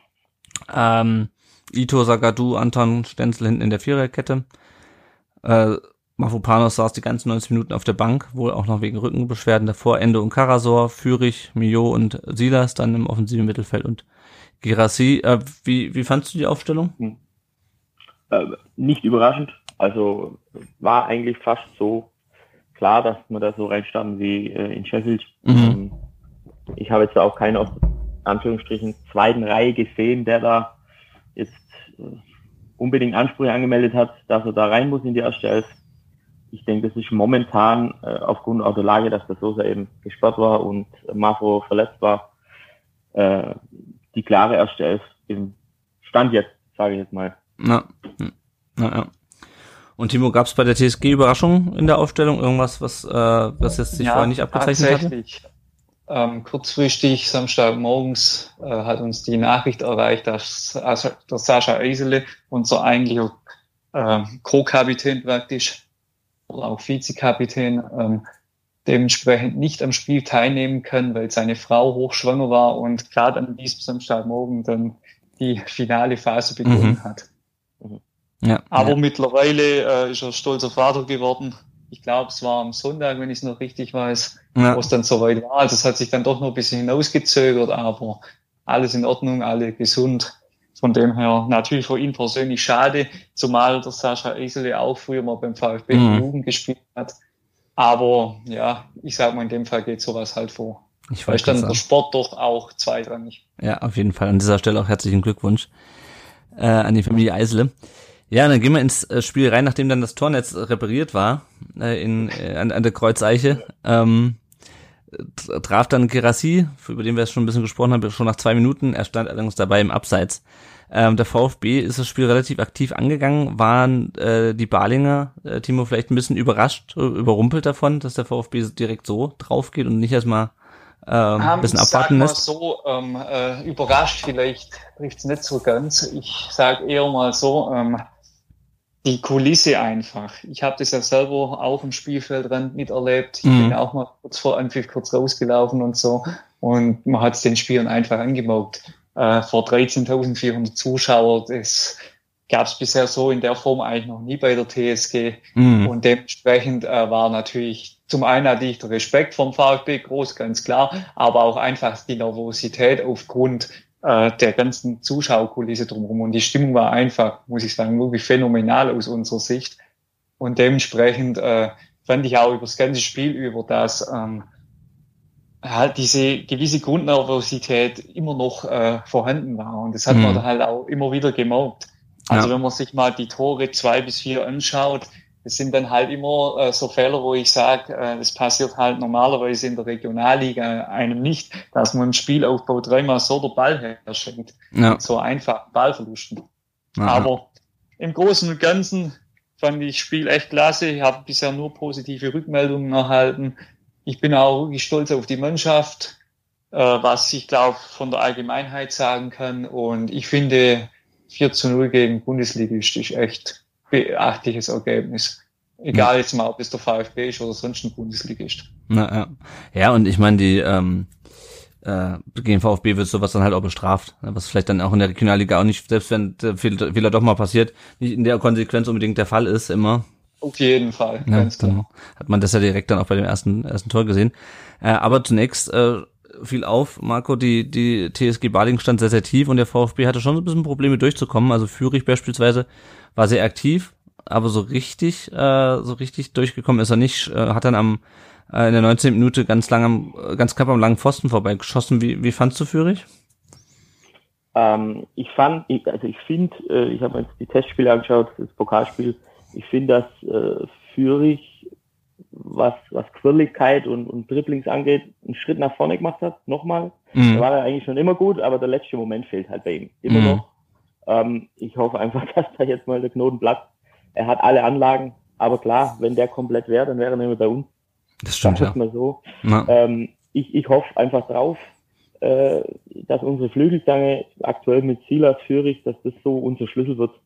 Ito, Zagadou, Anton Stenzel hinten in der Viererkette. Mavropanos saß die ganzen 90 Minuten auf der Bank, wohl auch noch wegen Rückenbeschwerden. Davor Endo und Karasor, Fürich, Millot und Silas dann im offensiven Mittelfeld und Guirassy. Wie fandst du die Aufstellung? Nicht überraschend. Also war eigentlich fast so klar, dass wir da so reinstarten wie in Sheffield. Ich habe jetzt auch keinen aus Anführungsstrichen zweiten Reihe gesehen, der da jetzt unbedingt Ansprüche angemeldet hat, dass er da rein muss in die erste Elf. ich denke, das ist momentan aufgrund auch der Lage, dass der Sosa eben gesperrt war und Mafro verletzt war, die klare erste Elf im Stand jetzt, sage ich jetzt mal. Ja. Und Timo, gab es bei der TSG Überraschungen in der Aufstellung? Irgendwas, was jetzt sich vorher nicht abgezeichnet tatsächlich. Hatte? Kurzfristig, Samstagmorgens, hat uns die Nachricht erreicht, dass der Sascha Eisele, unser eigentlicher Co-Kapitän praktisch, oder auch Vizekapitän, dementsprechend nicht am Spiel teilnehmen kann, weil seine Frau hochschwanger war und gerade an diesem Samstagmorgen dann die finale Phase begonnen hat. Ja, aber mittlerweile ist er stolzer Vater geworden. Ich glaube, es war am Sonntag, wenn ich es noch richtig weiß, wo es dann soweit war. Also es hat sich dann doch noch ein bisschen hinausgezögert, aber alles in Ordnung, alle gesund. Von dem her natürlich für ihn persönlich schade, zumal der Sascha Eisele auch früher mal beim VfB in der Jugend gespielt hat. Aber ja, ich sag mal, in dem Fall geht sowas halt vor. Ich weiß dann der Sport doch auch zweitrangig. Ja, auf jeden Fall. An dieser Stelle auch herzlichen Glückwunsch an die Familie Eisele. Ja, dann gehen wir ins Spiel rein, nachdem dann das Tornetz repariert war an der Kreuzeiche. Traf dann Guirassy, über den wir jetzt schon ein bisschen gesprochen haben, schon nach 2 Minuten. Er stand allerdings dabei im Abseits. Der VfB ist das Spiel relativ aktiv angegangen. Waren die Balinger, Timo, vielleicht ein bisschen überrumpelt davon, dass der VfB direkt so drauf geht und nicht erstmal ein bisschen abwarten lässt? So überrascht vielleicht trifft es nicht so ganz. Ich sage eher mal so, die Kulisse einfach. Ich habe das ja selber auch im Spielfeldrand miterlebt. Ich bin auch mal kurz vor Anpfiff kurz rausgelaufen und so. Und man hat es den Spielern einfach angemerkt. Vor 13.400 Zuschauer, das gab es bisher so in der Form eigentlich noch nie bei der TSG. Und dementsprechend war natürlich, zum einen hatte ich den Respekt vom VfB groß, ganz klar, aber auch einfach die Nervosität aufgrund der ganzen Zuschauerkulisse drumherum. Und die Stimmung war einfach, muss ich sagen, wirklich phänomenal aus unserer Sicht. Und dementsprechend fand ich auch über das ganze Spiel über, dass halt diese gewisse Grundnervosität immer noch vorhanden war. Und das hat man halt auch immer wieder gemerkt. Also wenn man sich mal die Tore 2 bis 4 anschaut, das sind dann halt immer so Fälle, wo ich sage, das passiert halt normalerweise in der Regionalliga einem nicht, dass man im Spielaufbau 3-mal so der Ball herschenkt. Ja. So einfach Ballverlusten. Aha. Aber im Großen und Ganzen fand ich das Spiel echt klasse. Ich habe bisher nur positive Rückmeldungen erhalten. Ich bin auch wirklich stolz auf die Mannschaft, was ich glaube von der Allgemeinheit sagen kann. Und ich finde 4-0 gegen Bundesligist ist echt beachtliches Ergebnis. Egal jetzt mal, ob es der VfB ist oder sonst ein Bundesligist. Ja, und ich meine, die gegen VfB wird sowas dann halt auch bestraft, was vielleicht dann auch in der Regionalliga auch nicht, selbst wenn der Fehler doch mal passiert, nicht in der Konsequenz unbedingt der Fall ist, immer. Auf jeden Fall, ganz klar. Dann hat man das ja direkt dann auch bei dem ersten Tor gesehen. Aber zunächst fiel auf, Marco, die TSG Balingen stand sehr, sehr tief und der VfB hatte schon so ein bisschen Probleme durchzukommen. Also Fürich beispielsweise war sehr aktiv, aber so richtig durchgekommen ist er nicht. Hat dann in der 19. Minute ganz knapp am langen Pfosten vorbeigeschossen. Wie fandst du Fürich? Ich finde, ich habe jetzt die Testspiele angeschaut, das Pokalspiel. Ich finde, dass Fürich, was Quirligkeit und Dribblings angeht, einen Schritt nach vorne gemacht hat, nochmal. Da war er eigentlich schon immer gut, aber der letzte Moment fehlt halt bei ihm. Immer noch. Ich hoffe einfach, dass da jetzt mal der Knoten platzt. Er hat alle Anlagen, aber klar, wenn der komplett wäre, dann wäre er nicht mehr bei uns. Das stimmt, ja. Mal so. Ich hoffe einfach drauf, dass unsere Flügelzange aktuell mit Silas Fürich, dass das so unser Schlüssel wird.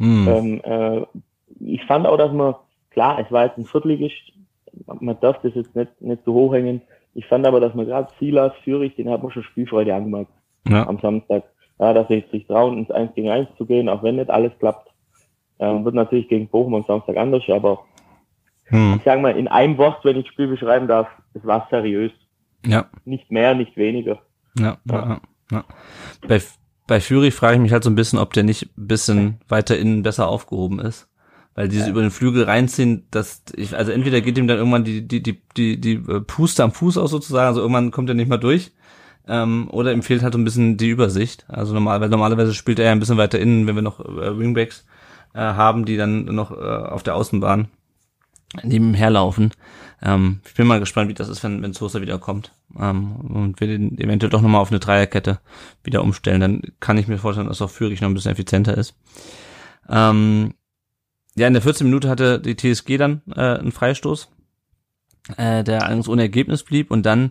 Ich fand auch, dass man, klar, es war jetzt ein Viertligist, man darf das jetzt nicht so hoch hängen. Ich fand aber, dass man gerade Silas Fürich, den hat man schon Spielfreude angemerkt am Samstag. Ja, dass er sich trauen, ins 1 gegen 1 zu gehen, auch wenn nicht alles klappt. Wird natürlich gegen Bochum am Samstag anders, aber ich sage mal, in einem Wort, wenn ich das Spiel beschreiben darf, es war seriös. Ja. Nicht mehr, nicht weniger. Ja. Bei Fürich frage ich mich halt so ein bisschen, ob der nicht ein bisschen weiter innen besser aufgehoben ist. Weil dieses über den Flügel reinziehen, also entweder geht ihm dann irgendwann die Puste am Fuß aus sozusagen, also irgendwann kommt er nicht mehr durch, oder ihm fehlt halt so ein bisschen die Übersicht. Also normalerweise spielt er ja ein bisschen weiter innen, wenn wir noch Wingbacks haben, die dann noch auf der Außenbahn nebenherlaufen. Ich bin mal gespannt, wie das ist, wenn Sosa wieder kommt. Und wir den eventuell doch nochmal auf eine Dreierkette wieder umstellen. Dann kann ich mir vorstellen, dass auch Führig noch ein bisschen effizienter ist. Ja, in der 14. Minute hatte die TSG dann einen Freistoß, der allerdings ohne Ergebnis blieb. Und dann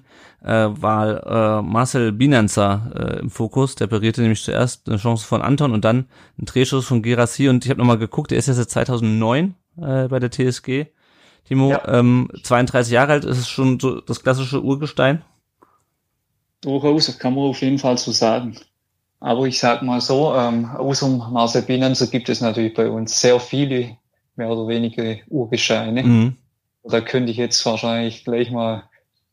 war Marcel Binanza im Fokus. Der parierte nämlich zuerst eine Chance von Anton und dann einen Drehschuss von Guirassy. Und ich habe nochmal geguckt, der ist jetzt seit 2009 bei der TSG. Timo, ja. 32 Jahre alt, ist es schon so das klassische Urgestein? Durchaus, kann man auf jeden Fall so sagen. Aber ich sag mal so, außer Marcel Binanza gibt es natürlich bei uns sehr viele, mehr oder weniger Urgesteine. Mhm. Da könnte ich jetzt wahrscheinlich gleich mal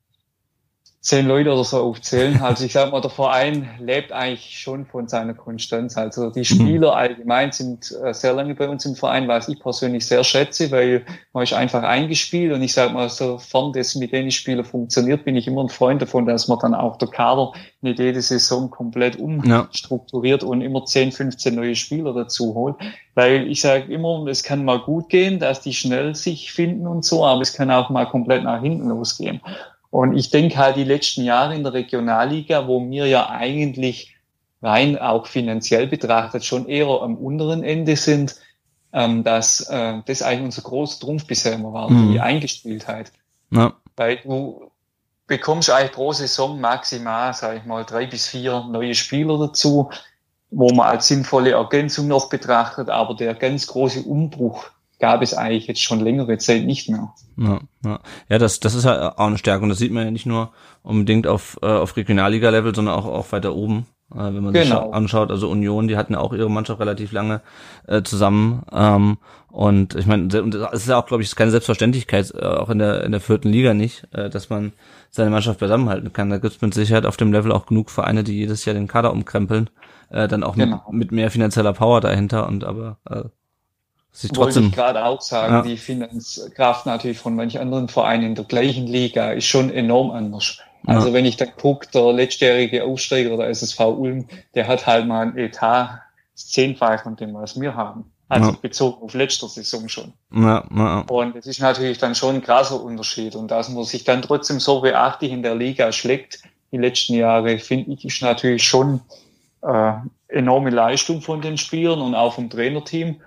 10 Leute oder so aufzählen. Also ich sag mal, der Verein lebt eigentlich schon von seiner Konstanz. Also die Spieler allgemein sind sehr lange bei uns im Verein, was ich persönlich sehr schätze, weil man ist einfach eingespielt und ich sag mal, sofern das mit den Spielern funktioniert, bin ich immer ein Freund davon, dass man dann auch der Kader nicht jede Saison komplett umstrukturiert und immer 10, 15 neue Spieler dazu holt. Weil ich sage immer, es kann mal gut gehen, dass die schnell sich finden und so, aber es kann auch mal komplett nach hinten losgehen. Und ich denke halt die letzten Jahre in der Regionalliga, wo wir ja eigentlich rein auch finanziell betrachtet schon eher am unteren Ende sind, dass das eigentlich unser großer Trumpf bisher immer war, die Eingespieltheit. Ja. Weil du bekommst eigentlich pro Saison maximal, sage ich mal, 3 bis 4 neue Spieler dazu, wo man als sinnvolle Ergänzung noch betrachtet, aber der ganz große Umbruch gab es eigentlich jetzt schon längere Zeit nicht mehr. Ja, das ist ja auch eine Stärke und das sieht man ja nicht nur unbedingt auf Regionalliga-Level, sondern auch weiter oben, wenn man sich anschaut. Also Union, die hatten auch ihre Mannschaft relativ lange zusammen und ich meine, es ist ja auch, glaube ich, keine Selbstverständlichkeit, auch in der 4. Liga nicht, dass man seine Mannschaft zusammenhalten kann. Da gibt es mit Sicherheit auf dem Level auch genug Vereine, die jedes Jahr den Kader umkrempeln, dann auch mit mehr finanzieller Power dahinter und aber wollte ich gerade auch sagen, die Finanzkraft natürlich von manchen anderen Vereinen in der gleichen Liga ist schon enorm anders. Also wenn ich dann gucke, der letztjährige Aufsteiger, der SSV Ulm, der hat halt mal ein Etat 10-fach von dem, was wir haben. Also bezogen auf letzter Saison schon. Und das ist natürlich dann schon ein krasser Unterschied. Und dass man sich dann trotzdem so beachtlich in der Liga schlägt, die letzten Jahre, finde ich, ist natürlich schon enorme Leistung von den Spielern und auch vom Trainerteam.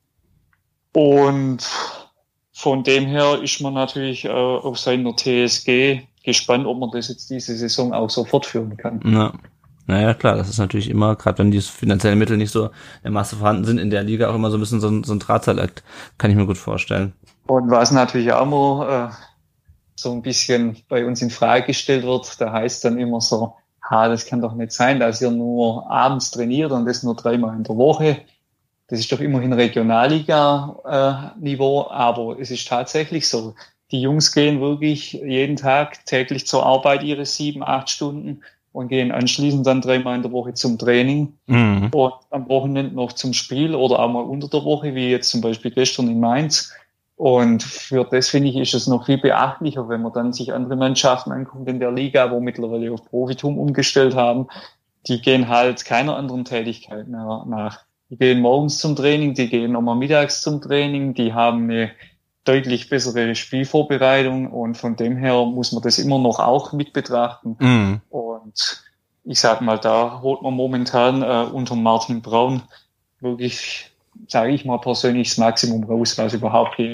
Und von dem her ist man natürlich auf seiner TSG gespannt, ob man das jetzt diese Saison auch so fortführen kann. Naja, klar, das ist natürlich immer, gerade wenn die finanziellen Mittel nicht so in Masse vorhanden sind, in der Liga auch immer so ein bisschen so ein Drahtseilakt, kann ich mir gut vorstellen. Und was natürlich auch immer so ein bisschen bei uns in Frage gestellt wird, da heißt dann immer so, das kann doch nicht sein, dass ihr nur abends trainiert und das nur 3-mal in der Woche. Das ist doch immerhin Regionalliga-Niveau, aber es ist tatsächlich so. Die Jungs gehen wirklich jeden Tag täglich zur Arbeit ihre 7, 8 Stunden und gehen anschließend dann 3-mal in der Woche zum Training und am Wochenende noch zum Spiel oder auch mal unter der Woche, wie jetzt zum Beispiel gestern in Mainz. Und für das, finde ich, ist es noch viel beachtlicher, wenn man dann sich andere Mannschaften anguckt in der Liga, wo mittlerweile auf Profitum umgestellt haben. Die gehen halt keiner anderen Tätigkeit mehr nach. Die gehen morgens zum Training, die gehen nochmal mittags zum Training, die haben eine deutlich bessere Spielvorbereitung und von dem her muss man das immer noch auch mit betrachten. Und ich sag mal, da holt man momentan unter Martin Braun wirklich, sage ich mal persönlich, das Maximum raus, was überhaupt geht.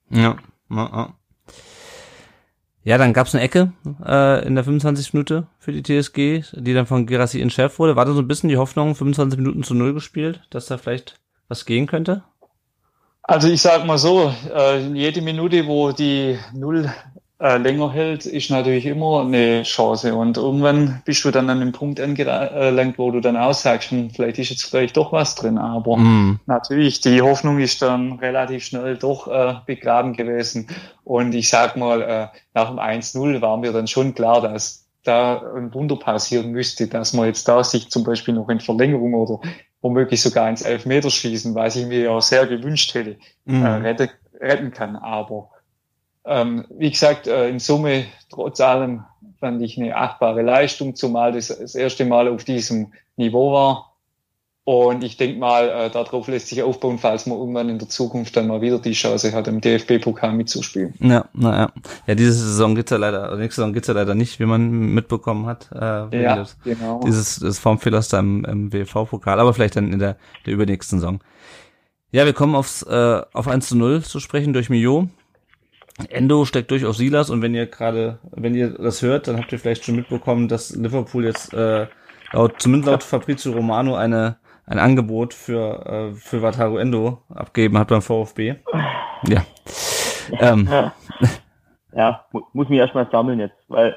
Ja, dann gab's eine Ecke in der 25. Minute für die TSG, die dann von Guirassy entschärft wurde. War da so ein bisschen die Hoffnung, 25 Minuten zu 0 gespielt, dass da vielleicht was gehen könnte? Also ich sag mal so, jede Minute, wo die 0 länger hält, ist natürlich immer eine Chance. Und irgendwann bist du dann an einem Punkt angelangt, wo du dann auch sagst, vielleicht ist jetzt vielleicht doch was drin. Aber natürlich, die Hoffnung ist dann relativ schnell doch begraben gewesen. Und ich sag mal, nach dem 1-0 war mir dann schon klar, dass da ein Wunder passieren müsste, dass man jetzt da sich zum Beispiel noch in Verlängerung oder womöglich sogar ins Elfmeterschießen, was ich mir ja sehr gewünscht hätte, retten kann. Aber wie gesagt, in Summe, trotz allem, fand ich eine achtbare Leistung, zumal das erste Mal auf diesem Niveau war. Und ich denke mal, darauf lässt sich aufbauen, falls man irgendwann in der Zukunft dann mal wieder die Chance hat, im DFB-Pokal mitzuspielen. Ja, naja. Ja, diese Saison geht's ja leider, nächste Saison geht's ja leider nicht, wie man mitbekommen hat. Ja, genau. Dieses Formfehlers da im WV-Pokal, aber vielleicht dann in der übernächsten Saison. Ja, wir kommen auf 1:0 zu sprechen durch Millot. Endo steckt durch auf Silas und wenn ihr das hört, dann habt ihr vielleicht schon mitbekommen, dass Liverpool jetzt zumindest laut Fabrizio Romano ein Angebot für Wataru Endo abgegeben hat beim VfB. Ja. Ja, muss mich erstmal sammeln jetzt, weil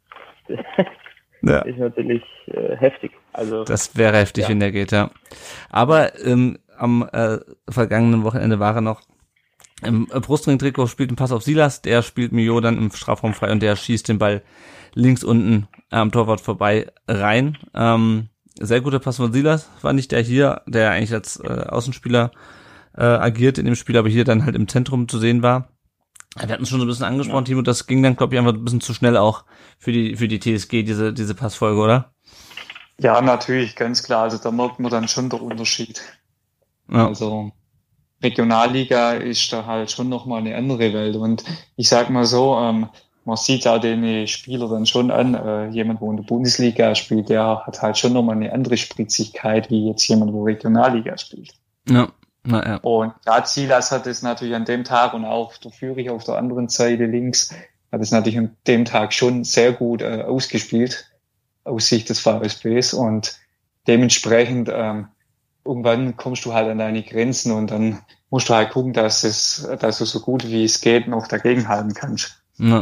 ja. ist natürlich heftig. Also das wäre heftig, wenn der geht, ja. Aber am vergangenen Wochenende war er noch im Brustring-Trikot, spielt einen Pass auf Silas, der spielt Millot dann im Strafraum frei und der schießt den Ball links unten am Torwart vorbei rein. Sehr guter Pass von Silas, fand ich, der eigentlich als Außenspieler agiert in dem Spiel, aber hier dann halt im Zentrum zu sehen war. Wir hatten es schon so ein bisschen angesprochen, Timo, das ging dann, glaube ich, einfach ein bisschen zu schnell auch für die TSG, diese Passfolge, oder? Ja, natürlich, ganz klar. Also da merkt man dann schon den Unterschied. Ja. Also Regionalliga ist da halt schon nochmal eine andere Welt. Und ich sag mal so, man sieht da den Spieler dann schon an, jemand, wo in der Bundesliga spielt, der hat halt schon nochmal eine andere Spritzigkeit, wie jetzt jemand, wo Regionalliga spielt. Ja. Na, ja. Und gerade Silas hat es natürlich an dem Tag und auch der Führig auf der anderen Seite links hat es natürlich an dem Tag schon sehr gut ausgespielt aus Sicht des VfBs und dementsprechend irgendwann kommst du halt an deine Grenzen und dann musst du halt gucken, dass du so gut wie es geht noch dagegen halten kannst. Ja.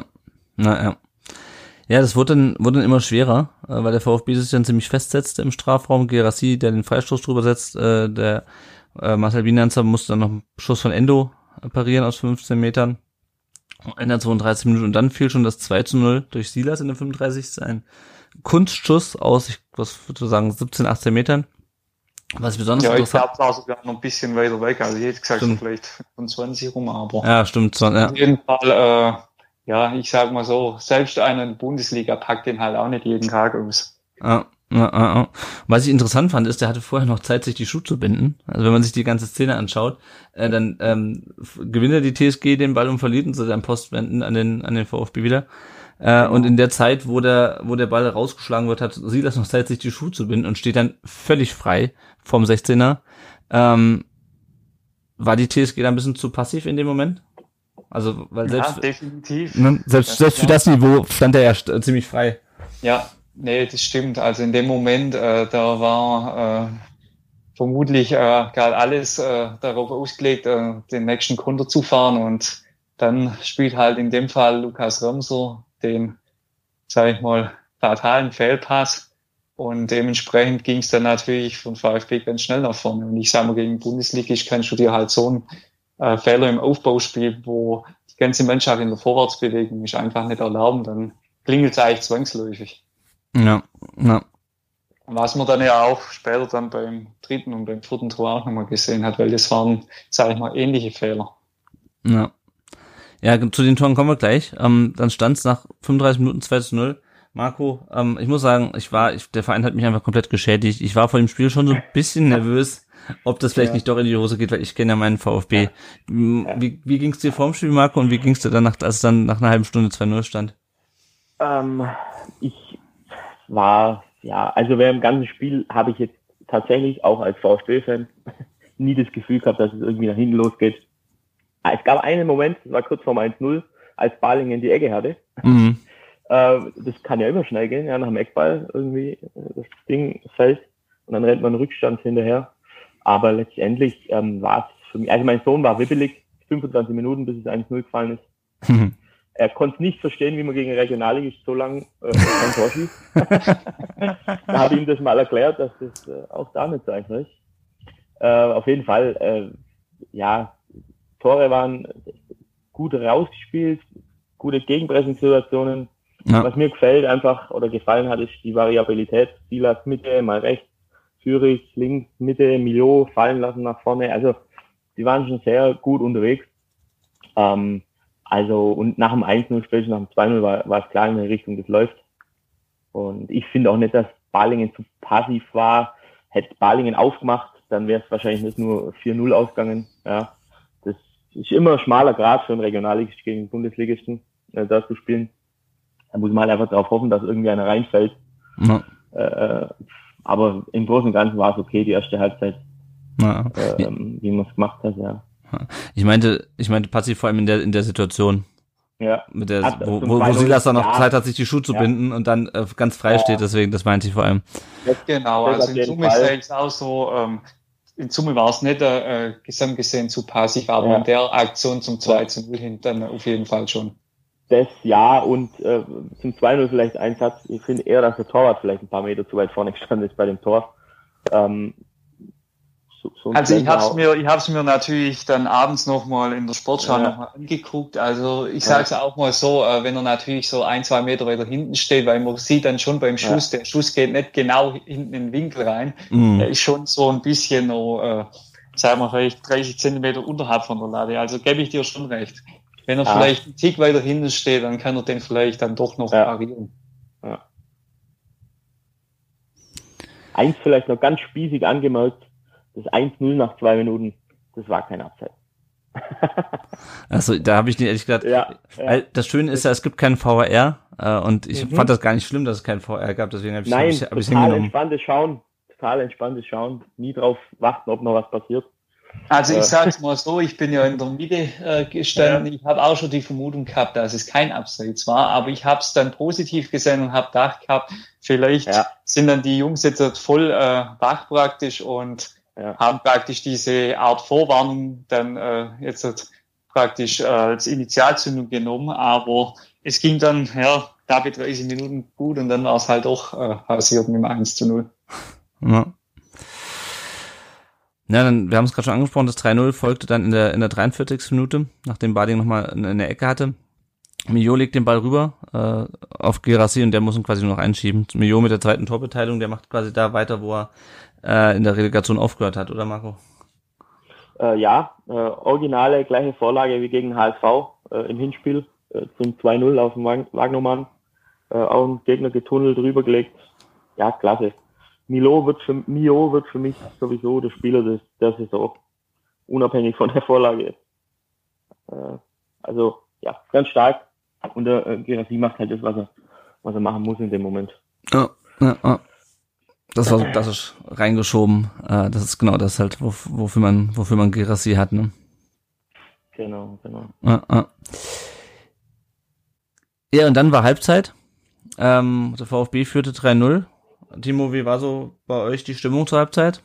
Ja, das wurde dann immer schwerer, weil der VfB sich dann ziemlich festsetzte im Strafraum. Guirassy, der den Freistoß drüber setzt, der Marcel Binanzer musste dann noch einen Schuss von Endo parieren aus 15 Metern. In der 32 Minuten und dann fiel schon das 2:0 durch Silas in der 35. Ein Kunstschuss aus, was würde ich sagen, 17, 18 Metern. Was besonders interessant. Ja, ich glaube, war sogar noch ein bisschen weiter weg. Also ich hätte gesagt, so vielleicht 25 rum, aber. Ja, stimmt. Ja. Auf jeden Fall, ich sag mal so, selbst einer in der Bundesliga packt den halt auch nicht jeden Tag aus. Ja. Was ich interessant fand, ist, der hatte vorher noch Zeit, sich die Schuhe zu binden. Also wenn man sich die ganze Szene anschaut, dann gewinnt er die TSG den Ball und verliert ihn zu seinem Postwenden an den VfB wieder. Und in der Zeit, wo der Ball rausgeschlagen wird, hat Silas noch Zeit, sich die Schuhe zu binden und steht dann völlig frei vom 16er. War die TSG da ein bisschen zu passiv in dem Moment? Also, weil selbst, definitiv. Ne, selbst für das Niveau stand er ja ziemlich frei. Ja. Nee, das stimmt. Also in dem Moment, da war vermutlich gerade alles darauf ausgelegt, den nächsten Konter zu fahren und dann spielt halt in dem Fall Lukas Ramser den, sag ich mal, fatalen Fehlpass und dementsprechend ging es dann natürlich von VfB ganz schnell nach vorne. Und ich sag mal, gegen Bundesligist kannst du dir halt so einen Fehler im Aufbauspiel, wo die ganze Mannschaft in der Vorwärtsbewegung ist, einfach nicht erlauben, dann klingelt es eigentlich zwangsläufig. Ja. Was man dann ja auch später dann beim 3. und beim 4. Tor auch nochmal gesehen hat, weil das waren, sage ich mal, ähnliche Fehler. Ja, zu den Toren kommen wir gleich. Dann stand es nach 35 Minuten 2:0. Marco, ich muss sagen, der Verein hat mich einfach komplett geschädigt. Ich war vor dem Spiel schon so ein bisschen nervös, ob das vielleicht nicht doch in die Hose geht, weil ich kenne ja meinen VfB. Ja. Wie ging es dir vor dem Spiel, Marco, und wie ging es dir dann, als es dann nach einer halben Stunde 2:0 stand? Also während dem ganzen Spiel habe ich jetzt tatsächlich auch als VfB-Fan nie das Gefühl gehabt, dass es irgendwie nach hinten losgeht. Es gab einen Moment, das war kurz vorm 1:0, als Balingen die Ecke hatte. Mhm. Das kann ja immer schnell gehen, ja, nach dem Eckball irgendwie das Ding fällt und dann rennt man Rückstand hinterher. Aber letztendlich war es für mich, also mein Sohn war wibbelig, 25 Minuten, bis es 1:0 gefallen ist. Mhm. Er konnte es nicht verstehen, wie man gegen Regionalligist so lange kein Tor schießt. Da habe ich ihm das mal erklärt, dass das auch da nicht so einfach ist. Auf jeden Fall, Tore waren gut rausgespielt, gute Gegenpressingssituationen. Ja. Was mir gefällt einfach oder gefallen hat, ist die Variabilität. Silas Mitte, mal rechts, Führig links, Mitte, Millot fallen lassen nach vorne. Also die waren schon sehr gut unterwegs. Und nach dem 1:0, spätestens nach dem 2:0 war es klar, in der Richtung das läuft. Und ich finde auch nicht, dass Balingen zu passiv war. hätte Balingen aufgemacht, dann wäre es wahrscheinlich nicht nur 4-0 ausgegangen. Ja, das ist immer ein schmaler Grat für einen Regionalligisten gegen den Bundesligisten, da zu spielen. Da muss man halt einfach darauf hoffen, dass irgendwie einer reinfällt. Ja. Aber im Großen und Ganzen war es okay, die erste Halbzeit, wie man es gemacht hat, ja. Ich meinte passiv vor allem in der Situation. Ja. Mit der, wo Silas dann noch Zeit hat, sich die Schuhe zu binden und dann ganz frei steht, deswegen, das meinte ich vor allem. Genau, also in Summe sehe ich es auch so, in Summe war es nicht gesamt gesehen zu passiv, aber in der Aktion zum 2-0 hin dann auf jeden Fall schon. Das ja, und zum 2-0 vielleicht ein Satz, ich finde eher, dass der Torwart vielleicht ein paar Meter zu weit vorne gestanden ist bei dem Tor. Also ich hab's mir natürlich dann abends nochmal in der Sportschau nochmal angeguckt. Also ich sag's auch mal so, wenn er natürlich so 1-2 Meter weiter hinten steht, weil man sieht dann schon beim Schuss, der Schuss geht nicht genau hinten in den Winkel rein. Er ist schon so ein bisschen noch, sagen wir vielleicht 30 Zentimeter unterhalb von der Lade. Also gebe ich dir schon recht. Wenn er vielleicht einen Tick weiter hinten steht, dann kann er den vielleicht dann doch noch parieren. Ja. Eins vielleicht noch ganz spießig angemerkt, das 1-0 nach 2 Minuten, das war keine Abseits. Also da habe ich nicht ehrlich gesagt. Das Schöne ist ja, es gibt keinen VAR und ich fand das gar nicht schlimm, dass es keinen VAR gab, deswegen habe ich hingenommen. Total entspanntes Schauen, nie drauf warten, ob noch was passiert. Also ich sag's mal so, ich bin ja in der Mitte gestanden, ich habe auch schon die Vermutung gehabt, dass es kein Abseits war, aber ich habe es dann positiv gesehen und habe gedacht gehabt, vielleicht sind dann die Jungs jetzt voll wach praktisch und haben praktisch diese Art Vorwarnung dann jetzt praktisch als Initialzündung genommen, aber es ging dann knappe 30 Minuten gut und dann war es halt doch passiert mit dem 1-0. Ja, dann, wir haben es gerade schon angesprochen, das 3-0 folgte dann in der 43. Minute, nachdem Bading nochmal eine Ecke hatte. Mio legt den Ball rüber auf Guirassy und der muss ihn quasi nur noch einschieben. Mio mit der zweiten Torbeteiligung, der macht quasi da weiter, wo er in der Relegation aufgehört hat, oder Marco? Originale, gleiche Vorlage wie gegen HSV im Hinspiel zum 2-0 auf dem Wagnermann. Auch ein Gegner getunnelt, rübergelegt. Ja, klasse. Mio wird für mich sowieso der Spieler der Saison, unabhängig von der Vorlage. Also, ja, ganz stark. Und der Guirassy macht halt das, was er machen muss in dem Moment. Ja. Das war so klassisch reingeschoben. Das ist genau das halt, wofür man Guirassy hat, ne? Genau. Ja, und dann war Halbzeit. Der VfB führte 3-0. Timo, wie war so bei euch die Stimmung zur Halbzeit?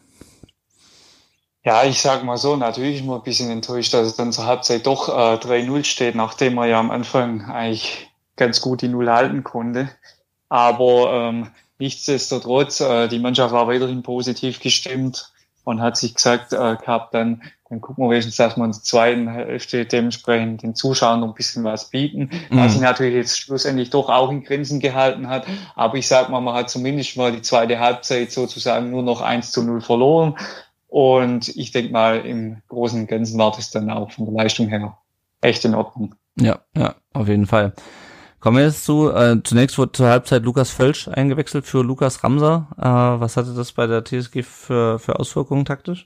Ja, ich sag mal so, natürlich ist man ein bisschen enttäuscht, dass es dann zur Halbzeit doch 3-0 steht, nachdem man ja am Anfang eigentlich ganz gut die 0 halten konnte. Aber nichtsdestotrotz, die Mannschaft war weiterhin positiv gestimmt und hat sich gesagt gehabt, dann gucken wir wenigstens, dass wir in der zweiten Hälfte dementsprechend den Zuschauern noch ein bisschen was bieten, was sich natürlich jetzt schlussendlich doch auch in Grenzen gehalten hat. Aber ich sag mal, man hat zumindest mal die zweite Halbzeit sozusagen nur noch 1-0 verloren. Und ich denke mal, im Großen und Ganzen war das dann auch von der Leistung her echt in Ordnung. Ja, auf jeden Fall. Kommen wir jetzt zunächst wurde zur Halbzeit Lukas Völsch eingewechselt für Lukas Ramser. Was hatte das bei der TSG für Auswirkungen taktisch?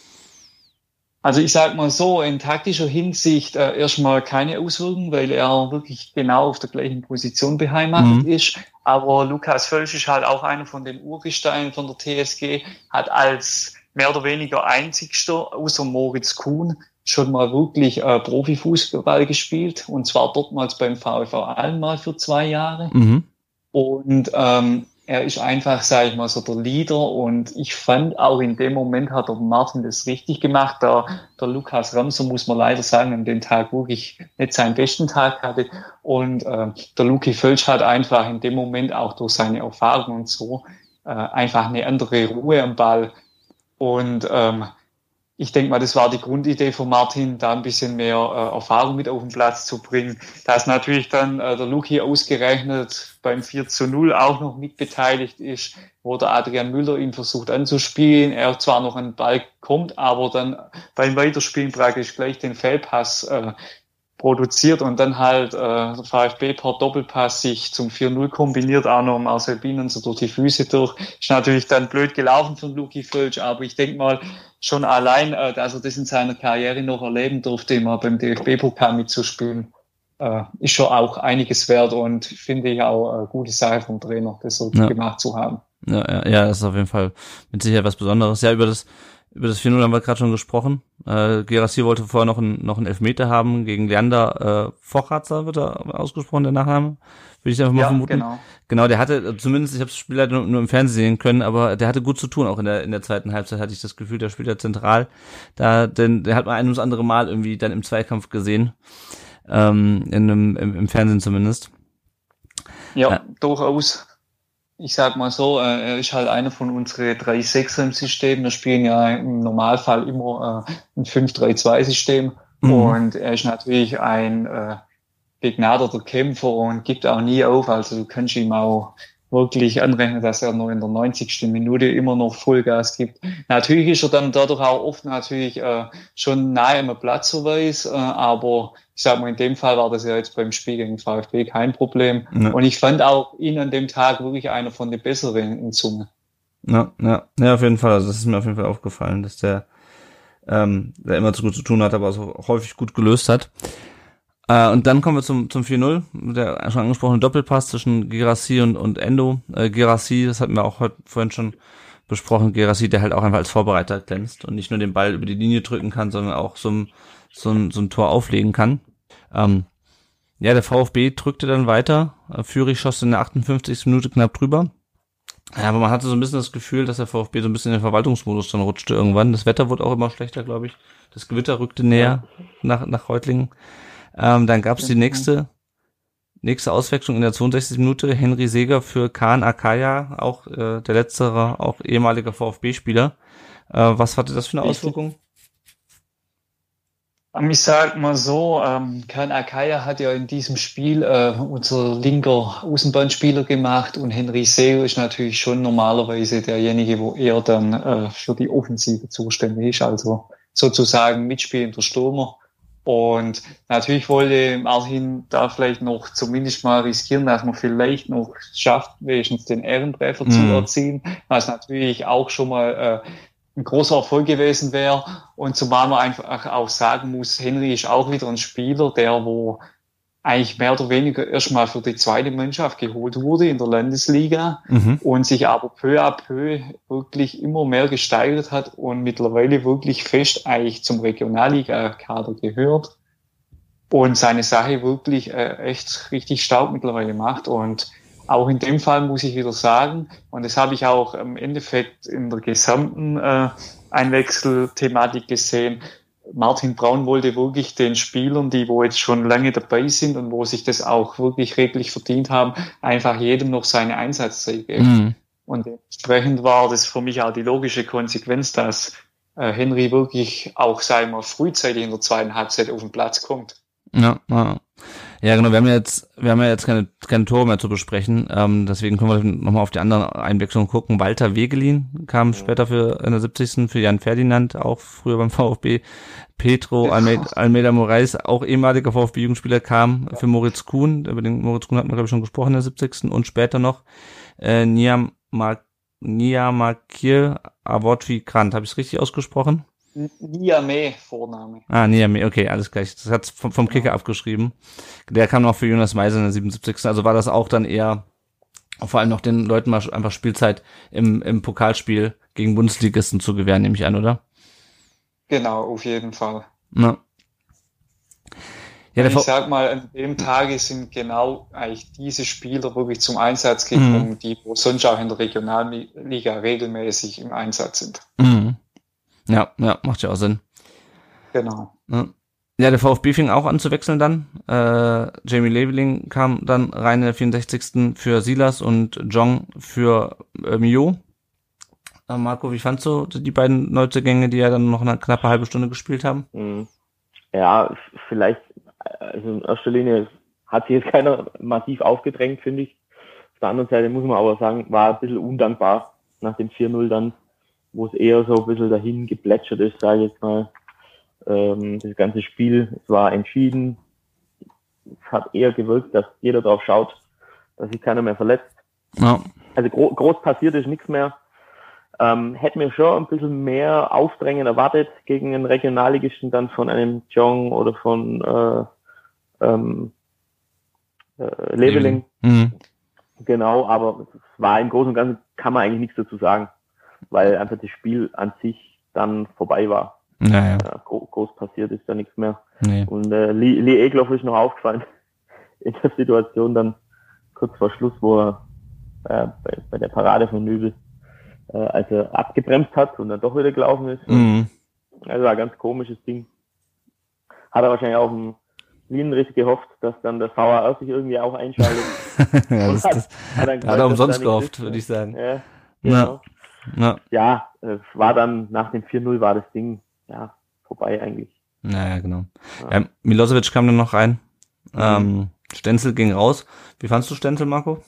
Also ich sag mal so, in taktischer Hinsicht erstmal keine Auswirkungen, weil er wirklich genau auf der gleichen Position beheimatet ist. Aber Lukas Völsch ist halt auch einer von den Urgesteinen von der TSG, hat als mehr oder weniger einzigster, außer Moritz Kuhn, schon mal wirklich Profifußball gespielt, und zwar dortmals beim VfV Aalen mal für 2 Jahre. Und er ist einfach, sage ich mal, so der Leader, und ich fand auch in dem Moment hat der Martin das richtig gemacht. Der Lukas Ramser, muss man leider sagen, an dem Tag wirklich nicht seinen besten Tag hatte, und der Luki Völsch hat einfach in dem Moment auch durch seine Erfahrung und so einfach eine andere Ruhe am Ball. Und ich denke mal, das war die Grundidee von Martin, da ein bisschen mehr Erfahrung mit auf den Platz zu bringen. Dass natürlich dann der Luki ausgerechnet beim 4-0 auch noch mitbeteiligt ist, wo der Adrian Müller ihn versucht anzuspielen. Er zwar noch an den Ball kommt, aber dann beim Weiterspielen praktisch gleich den Fehlpass produziert und dann halt der VfB per Doppelpass sich zum 4-0 kombiniert, auch noch Marcel Bienen so durch die Füße durch. Ist natürlich dann blöd gelaufen von Luki Völsch, aber ich denke mal, schon allein, dass er das in seiner Karriere noch erleben durfte, immer beim DFB-Pokal mitzuspielen, ist schon auch einiges wert und finde ich auch eine gute Sache vom Trainer, das so gemacht zu haben. Ja, das ist auf jeden Fall mit Sicherheit was Besonderes. Ja, über das 4-0 haben wir gerade schon gesprochen. Guirassy wollte vorher noch einen Elfmeter haben gegen Leander Fochratzer, wird er ausgesprochen, der Nachname. Würde ich einfach mal vermuten. Genau, der hatte, zumindest, ich habe das Spiel leider nur im Fernsehen sehen können, aber der hatte gut zu tun, auch in der zweiten Halbzeit hatte ich das Gefühl, der spielt ja zentral. Denn der hat man ein ums andere Mal irgendwie dann im Zweikampf gesehen. Im Fernsehen zumindest. Ja, durchaus. Ich sag mal so, er ist halt einer von unseren 3 Sechser im System. Wir spielen ja im Normalfall immer ein 5-3-2-System. Und er ist natürlich ein begnadeter Kämpfer und gibt auch nie auf. Also du kannst ihm auch wirklich anrechnen, dass er noch in der 90. Minute immer noch Vollgas gibt. Natürlich ist er dann dadurch auch oft natürlich schon nahe am Platzverweis, aber ich sag mal, in dem Fall war das ja jetzt beim Spiel gegen VfB kein Problem. Ja. Und ich fand auch ihn an dem Tag wirklich einer von den Besseren in Summe. Ja, auf jeden Fall. Also das ist mir auf jeden Fall aufgefallen, dass der immer zu gut zu tun hat, aber auch häufig gut gelöst hat. Und dann kommen wir zum 4-0, der schon angesprochene Doppelpass zwischen Guirassy und Endo. Guirassy, das hatten wir auch vorhin schon besprochen, Guirassy, der halt auch einfach als Vorbereiter glänzt und nicht nur den Ball über die Linie drücken kann, sondern auch so ein Tor auflegen kann. Der VfB drückte dann weiter. Führig schoss in der 58. Minute knapp drüber. Ja, aber man hatte so ein bisschen das Gefühl, dass der VfB so ein bisschen in den Verwaltungsmodus dann rutschte irgendwann. Das Wetter wurde auch immer schlechter, glaube ich. Das Gewitter rückte näher nach Reutlingen. Dann gab es die nächste Auswechslung in der 62. Minute. Henry Seeger für Kaan Akaya, auch der letztere, auch ehemaliger VfB-Spieler. Was hatte das für eine Auswirkung? Ich sag mal so, Kaan Akaya hat ja in diesem Spiel unser linker Außenbahnspieler gemacht und Henry Seeger ist natürlich schon normalerweise derjenige, wo er dann für die Offensive zuständig ist, also sozusagen mitspielender Stürmer. Und natürlich wollte Martin da vielleicht noch zumindest mal riskieren, dass man vielleicht noch schafft, wenigstens den Ehrentreffer zu erzielen, was natürlich auch schon mal ein großer Erfolg gewesen wäre. Und zumal man einfach auch sagen muss, Henry ist auch wieder ein Spieler, der wo eigentlich mehr oder weniger erstmal für die zweite Mannschaft geholt wurde in der Landesliga und sich aber peu à peu wirklich immer mehr gesteigert hat und mittlerweile wirklich fest eigentlich zum Regionalliga-Kader gehört und seine Sache wirklich echt richtig stark mittlerweile macht. Und auch in dem Fall muss ich wieder sagen, und das habe ich auch im Endeffekt in der gesamten Einwechselthematik gesehen, Martin Braun wollte wirklich den Spielern, die wo jetzt schon lange dabei sind und wo sich das auch wirklich redlich verdient haben, einfach jedem noch seine Einsatzzeit geben. Und dementsprechend war das für mich auch die logische Konsequenz, dass Henry wirklich auch, sagen wir, frühzeitig in der zweiten Halbzeit auf den Platz kommt. Ja, genau. Wir haben ja jetzt keine Tore mehr zu besprechen. Deswegen können wir nochmal auf die anderen Einwechslungen gucken. Walter Wegelin kam später in der 70. für Jan Ferdinand, auch früher beim VfB. Pedro Almeida Moraes, auch ehemaliger VfB-Jugendspieler, kam für Moritz Kuhn. Über den Moritz Kuhn hatten wir, glaube ich, schon gesprochen in der 70. Und später noch Niamakir Avotvi Grant. Habe ich es richtig ausgesprochen? Niamey Vorname. Niamey, okay, alles gleich. Das hat's vom Kicker abgeschrieben. Der kam noch für Jonas Meiser in der 77. Also war das auch dann eher vor allem noch den Leuten mal einfach Spielzeit im Pokalspiel gegen Bundesligisten zu gewähren, nehme ich an, oder? Genau, auf jeden Fall. Ja, ich sag mal, an dem Tage sind genau eigentlich diese Spieler wirklich zum Einsatz gekommen, die wo sonst auch in der Regionalliga regelmäßig im Einsatz sind. Ja, macht ja auch Sinn. Genau. Ja, der VfB fing auch an zu wechseln dann. Jamie Leveling kam dann rein in der 64. für Silas und Jong für Mio. Marco, wie fandst du die beiden Neuzugänge, die ja dann noch eine knappe halbe Stunde gespielt haben? Ja, vielleicht, also in erster Linie hat sich jetzt keiner massiv aufgedrängt, finde ich. Auf der anderen Seite muss man aber sagen, war ein bisschen undankbar nach dem 4-0 dann, wo es eher so ein bisschen dahin geplätschert ist, sage ich jetzt mal. Das ganze Spiel, es war entschieden, es hat eher gewirkt, dass jeder drauf schaut, dass sich keiner mehr verletzt. Ja. Also groß passiert ist nichts mehr. Hätte mir schon ein bisschen mehr Aufdrängen erwartet gegen einen Regionalligisten dann von einem Jong oder von Leveling. Mhm. Genau, aber es war im Großen und Ganzen, kann man eigentlich nichts dazu sagen, weil einfach das Spiel an sich dann vorbei war. Naja. Groß passiert ist da nichts mehr. Nee. Und Lee Egloff ist noch aufgefallen in der Situation dann kurz vor Schluss, wo er bei der Parade von Nübel als er abgebremst hat und dann doch wieder gelaufen ist. Mhm. Also war ein ganz komisches Ding. Hat er wahrscheinlich auf dem Linienriss gehofft, dass dann der VAR sich irgendwie auch einschaltet. Ja, hat er umsonst gehofft, würde ich sagen. Ja, genau. Ja. Es war dann nach dem 4-0 war das Ding vorbei eigentlich. Naja, genau. Ja, Milosevic kam dann noch rein. Stenzel ging raus. Wie fandst du Stenzel, Marco?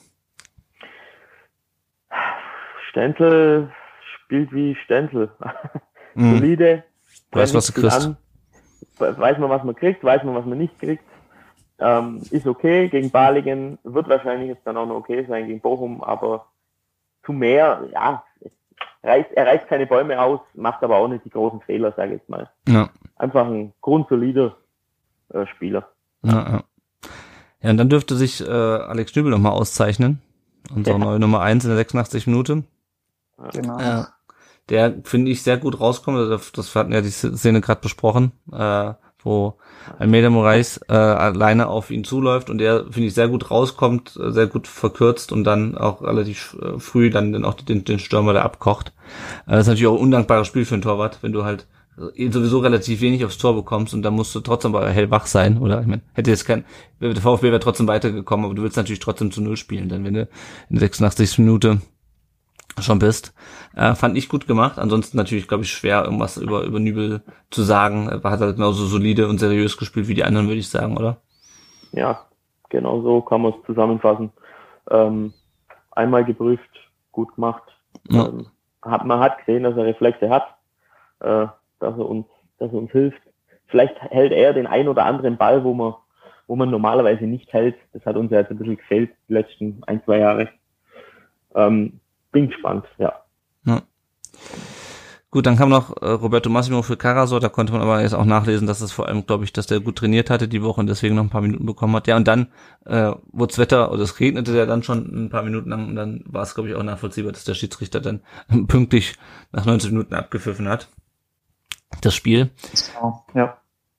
Stenzel spielt wie Stenzel. Solide. Weiß, was du kriegst. Weiß man, was man kriegt, weiß man, was man nicht kriegt. Ist okay gegen Balingen, wird wahrscheinlich jetzt dann auch noch okay sein gegen Bochum, aber zu mehr, er reißt keine Bäume aus, macht aber auch nicht die großen Fehler, sage ich jetzt mal. Ja. Einfach ein grundsolider Spieler. Ja, und dann dürfte sich Alex Nübel nochmal auszeichnen. Unsere neue Nummer 1 in der 86 Minute. Genau. Der, finde ich, sehr gut rauskommt. Das hatten ja die Szene gerade besprochen, wo Almeida Moraes alleine auf ihn zuläuft und der, finde ich, sehr gut rauskommt, sehr gut verkürzt und dann auch relativ früh dann auch den Stürmer da abkocht. Das ist natürlich auch ein undankbares Spiel für einen Torwart, wenn du halt sowieso relativ wenig aufs Tor bekommst und dann musst du trotzdem aber hellwach sein, oder? Ich meine, der VfB wäre trotzdem weitergekommen, aber du willst natürlich trotzdem zu 0 spielen, denn wenn du in der 86. Minute schon bist. Fand ich gut gemacht. Ansonsten natürlich, glaube ich, schwer, irgendwas über Nübel zu sagen. Er hat halt genauso solide und seriös gespielt wie die anderen, würde ich sagen, oder? Ja, genau so kann man es zusammenfassen. Einmal geprüft, gut gemacht. Ja. Man hat gesehen, dass er Reflexe hat, dass er uns hilft. Vielleicht hält er den ein oder anderen Ball, wo man normalerweise nicht hält. Das hat uns ja jetzt ein bisschen gefehlt, die letzten 1-2 Jahre. Bin gespannt, ja. Gut, dann kam noch Roberto Massimo für Karasor, da konnte man aber jetzt auch nachlesen, dass es vor allem, glaube ich, dass der gut trainiert hatte die Woche und deswegen noch ein paar Minuten bekommen hat. Ja, und dann wurde das Wetter, oder es regnete ja dann schon ein paar Minuten lang und dann war es, glaube ich, auch nachvollziehbar, dass der Schiedsrichter dann pünktlich nach 90 Minuten abgepfiffen hat. Das Spiel. Ja.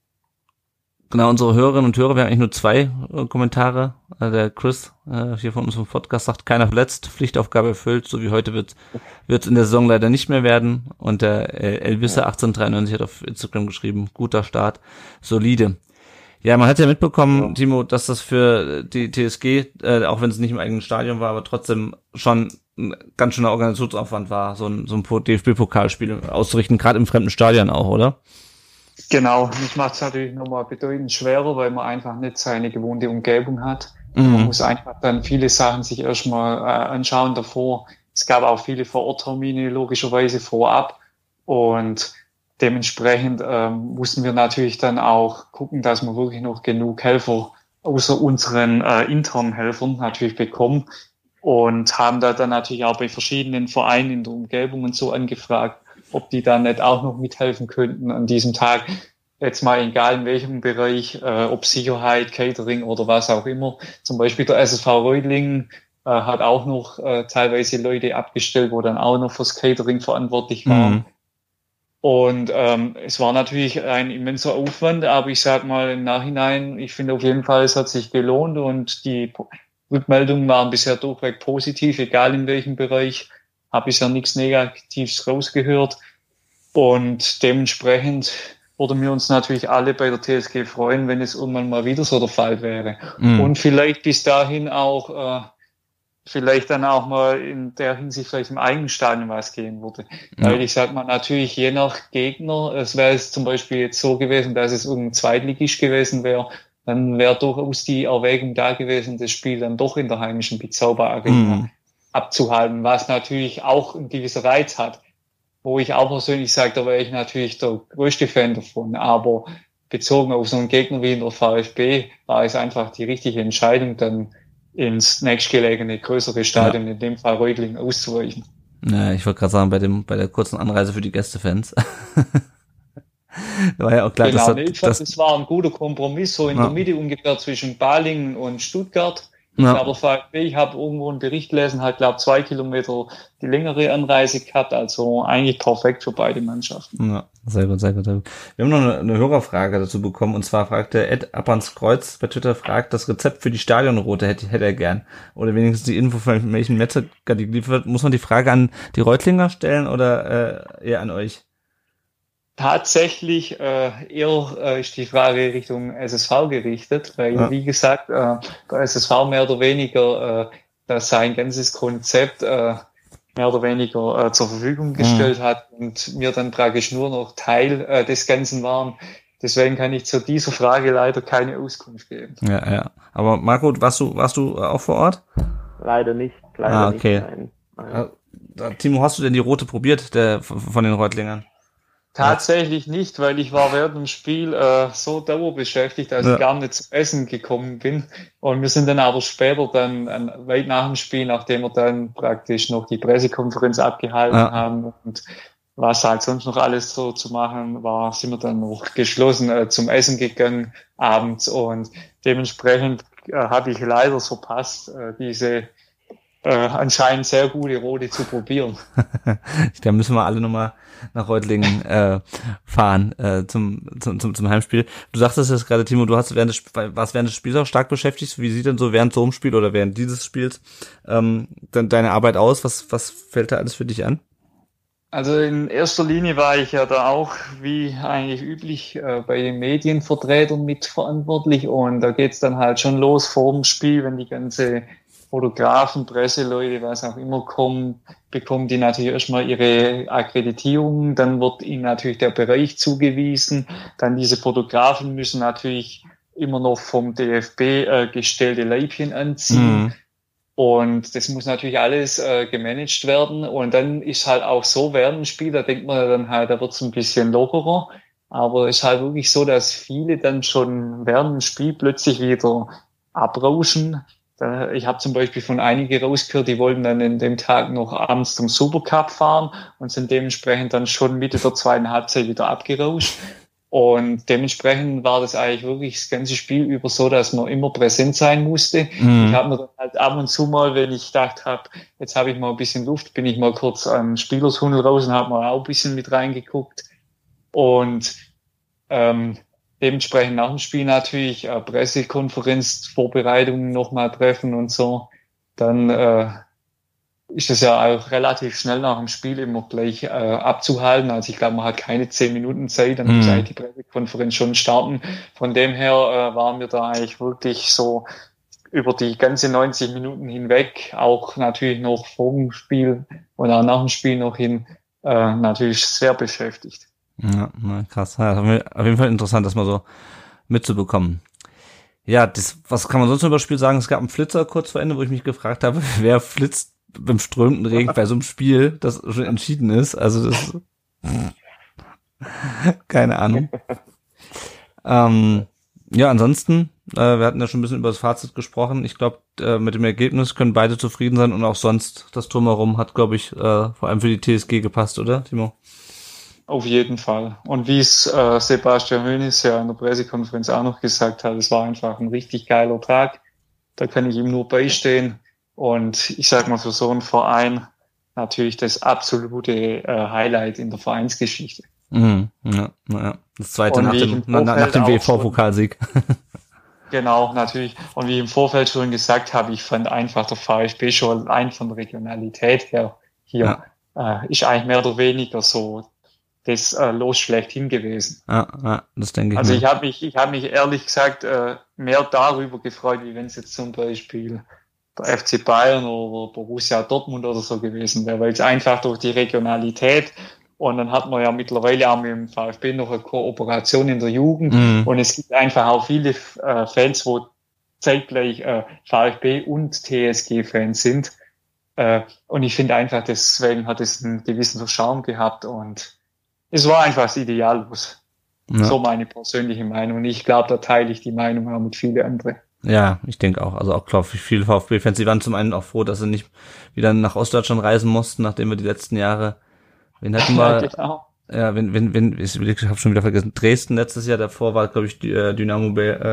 Genau, unsere Hörerinnen und Hörer, wir haben eigentlich nur 2 Kommentare. Der Chris hier von uns vom Podcast sagt, keiner verletzt, Pflichtaufgabe erfüllt, so wie heute wird in der Saison leider nicht mehr werden. Und der Elvisse 1893 hat auf Instagram geschrieben, guter Start, solide. Ja, man hat ja mitbekommen, Timo, dass das für die TSG, auch wenn es nicht im eigenen Stadion war, aber trotzdem schon ein ganz schöner Organisationsaufwand war, so ein DFB-Pokalspiel auszurichten, gerade im fremden Stadion auch, oder? Genau, mich macht es natürlich nochmal bedeutend schwerer, weil man einfach nicht seine gewohnte Umgebung hat. Man muss einfach dann viele Sachen sich erstmal anschauen davor. Es gab auch viele Vororttermine logischerweise vorab und dementsprechend mussten wir natürlich dann auch gucken, dass wir wirklich noch genug Helfer außer unseren internen Helfern natürlich bekommen und haben da dann natürlich auch bei verschiedenen Vereinen in der Umgebung und so angefragt, ob die dann nicht auch noch mithelfen könnten an diesem Tag. Jetzt mal egal in welchem Bereich, ob Sicherheit, Catering oder was auch immer. Zum Beispiel der SSV Reutlingen hat auch noch teilweise Leute abgestellt, wo dann auch noch fürs Catering verantwortlich waren. Und es war natürlich ein immenser Aufwand, aber ich sag mal im Nachhinein, ich finde auf jeden Fall, es hat sich gelohnt und die Rückmeldungen waren bisher durchweg positiv, egal in welchem Bereich. Habe ich ja nichts Negatives rausgehört und dementsprechend würden wir uns natürlich alle bei der TSG freuen, wenn es irgendwann mal wieder so der Fall wäre. Und vielleicht bis dahin auch, vielleicht dann auch mal in der Hinsicht vielleicht im eigenen Stadion was gehen würde. Weil ich sag mal natürlich je nach Gegner, es wäre es zum Beispiel jetzt so gewesen, dass es irgendein Zweitligist gewesen wäre, dann wäre durchaus die Erwägung da gewesen, das Spiel dann doch in der heimischen Bizauber Arena abzuhalten, was natürlich auch einen gewissen Reiz hat, wo ich auch persönlich sage, da wäre ich natürlich der größte Fan davon, aber bezogen auf so einen Gegner wie in der VfB war es einfach die richtige Entscheidung, dann ins nächstgelegene größere Stadion, in dem Fall Reutlingen, auszuweichen. Ja, ich wollte gerade sagen, bei der kurzen Anreise für die Gästefans. War ja auch klar, genau, das war ein guter Kompromiss, so in der Mitte ungefähr zwischen Balingen und Stuttgart. Aber VfB, ich habe irgendwo einen Bericht gelesen, hat, glaube 2 Kilometer die längere Anreise gehabt, also eigentlich perfekt für beide Mannschaften. Ja, sehr gut, sehr gut. Wir haben noch eine Hörerfrage dazu bekommen, und zwar fragte Ed Abernskreuz bei Twitter, das Rezept für die Stadionroute hätte er gern. Oder wenigstens die Info von welchen Metzger die geliefert. Muss man die Frage an die Reutlinger stellen oder eher an euch? Tatsächlich eher ist die Frage Richtung SSV gerichtet, weil wie gesagt, der SSV mehr oder weniger sein ganzes Konzept mehr oder weniger zur Verfügung gestellt hat und wir dann praktisch nur noch Teil des Ganzen waren. Deswegen kann ich zu dieser Frage leider keine Auskunft geben. Ja. Aber Marco, warst du auch vor Ort? Leider nicht. Okay. Nicht, nein. Timo, hast du denn die Rote probiert, von den Reutlingern? Tatsächlich nicht, weil ich war während dem Spiel so dauerbeschäftigt, dass ich gar nicht zum Essen gekommen bin. Und wir sind dann aber später dann weit nach dem Spiel, nachdem wir dann praktisch noch die Pressekonferenz abgehalten haben und was halt sonst noch alles so zu machen war, sind wir dann noch geschlossen zum Essen gegangen abends. Und dementsprechend habe ich leider verpasst, diese anscheinend sehr gute Rote zu probieren. Da müssen wir alle nochmal nach Reutlingen fahren zum Heimspiel. Du sagtest jetzt gerade, Timo, du warst während des Spiels auch stark beschäftigt. Wie sieht denn so während so einem Spiel oder während dieses Spiels dann deine Arbeit aus? Was fällt da alles für dich an? Also in erster Linie war ich ja da auch, wie eigentlich üblich, bei den Medienvertretern mitverantwortlich, und da geht's dann halt schon los vor dem Spiel, wenn die ganze Fotografen, Presseleute, was auch immer kommen, bekommen die natürlich erstmal ihre Akkreditierung, dann wird ihnen natürlich der Bereich zugewiesen, dann diese Fotografen müssen natürlich immer noch vom DFB gestellte Leibchen anziehen und das muss natürlich alles gemanagt werden, und dann ist halt auch so während dem Spiel, da denkt man dann halt, da wird's ein bisschen lockerer, aber es ist halt wirklich so, dass viele dann schon während dem Spiel plötzlich wieder abrauschen. Ich habe zum Beispiel von einigen rausgehört, die wollten dann in dem Tag noch abends zum Supercup fahren und sind dementsprechend dann schon Mitte der zweiten Halbzeit wieder abgerauscht. Und dementsprechend war das eigentlich wirklich das ganze Spiel über so, dass man immer präsent sein musste. Ich habe mir dann halt ab und zu mal, wenn ich gedacht habe, jetzt habe ich mal ein bisschen Luft, bin ich mal kurz am Spielertunnel raus und habe mal auch ein bisschen mit reingeguckt. Und dementsprechend nach dem Spiel natürlich Pressekonferenz, Vorbereitungen nochmal treffen und so. Dann ist es ja auch relativ schnell nach dem Spiel immer gleich abzuhalten. Also ich glaube, man hat keine 10 Minuten Zeit, dann muss eigentlich die Pressekonferenz schon starten. Von dem her waren wir da eigentlich wirklich so über die ganze 90 Minuten hinweg, auch natürlich noch vor dem Spiel und auch nach dem Spiel noch hin, natürlich sehr beschäftigt. Ja, krass. Ja, auf jeden Fall interessant, das mal so mitzubekommen. Ja, was kann man sonst über das Spiel sagen? Es gab einen Flitzer kurz vor Ende, wo ich mich gefragt habe, wer flitzt beim strömenden Regen bei so einem Spiel, das schon entschieden ist. Also das keine Ahnung. Ja, ansonsten, wir hatten ja schon ein bisschen über das Fazit gesprochen. Ich glaube, mit dem Ergebnis können beide zufrieden sein, und auch sonst das Drumherum hat, glaube ich, vor allem für die TSG gepasst, oder, Timo? Auf jeden Fall. Und wie es Sebastian Hoeneß ja in der Pressekonferenz auch noch gesagt hat, es war einfach ein richtig geiler Tag. Da kann ich ihm nur beistehen. Und ich sag mal, für so einen Verein natürlich das absolute Highlight in der Vereinsgeschichte. Ja. Das zweite nach dem WV-Pokalsieg. Genau, natürlich. Und wie ich im Vorfeld schon gesagt habe, ich fand einfach der VfB schon allein von der Regionalität her hier ist eigentlich mehr oder weniger so das Los schlechthin gewesen. Ja, das denke ich. Also ich habe mich ehrlich gesagt mehr darüber gefreut, wie wenn es jetzt zum Beispiel der FC Bayern oder Borussia Dortmund oder so gewesen wäre, weil es einfach durch die Regionalität, und dann hat man ja mittlerweile auch mit dem VfB noch eine Kooperation in der Jugend, und es gibt einfach auch viele Fans, wo zeitgleich VfB und TSG-Fans sind, und ich finde einfach, deswegen hat es einen gewissen Charme gehabt, und es war einfach das Ideallos. Ja. So meine persönliche Meinung. Ich glaube, da teile ich die Meinung auch mit vielen anderen. Ja, ich denke auch. Also auch, glaube ich, viele VfB-Fans, die waren zum einen auch froh, dass sie nicht wieder nach Ostdeutschland reisen mussten, nachdem wir die letzten Jahre, wen hatten wir? Ja, genau. Ja, ich habe schon wieder vergessen, Dresden letztes Jahr, davor war, glaube ich, Dynamo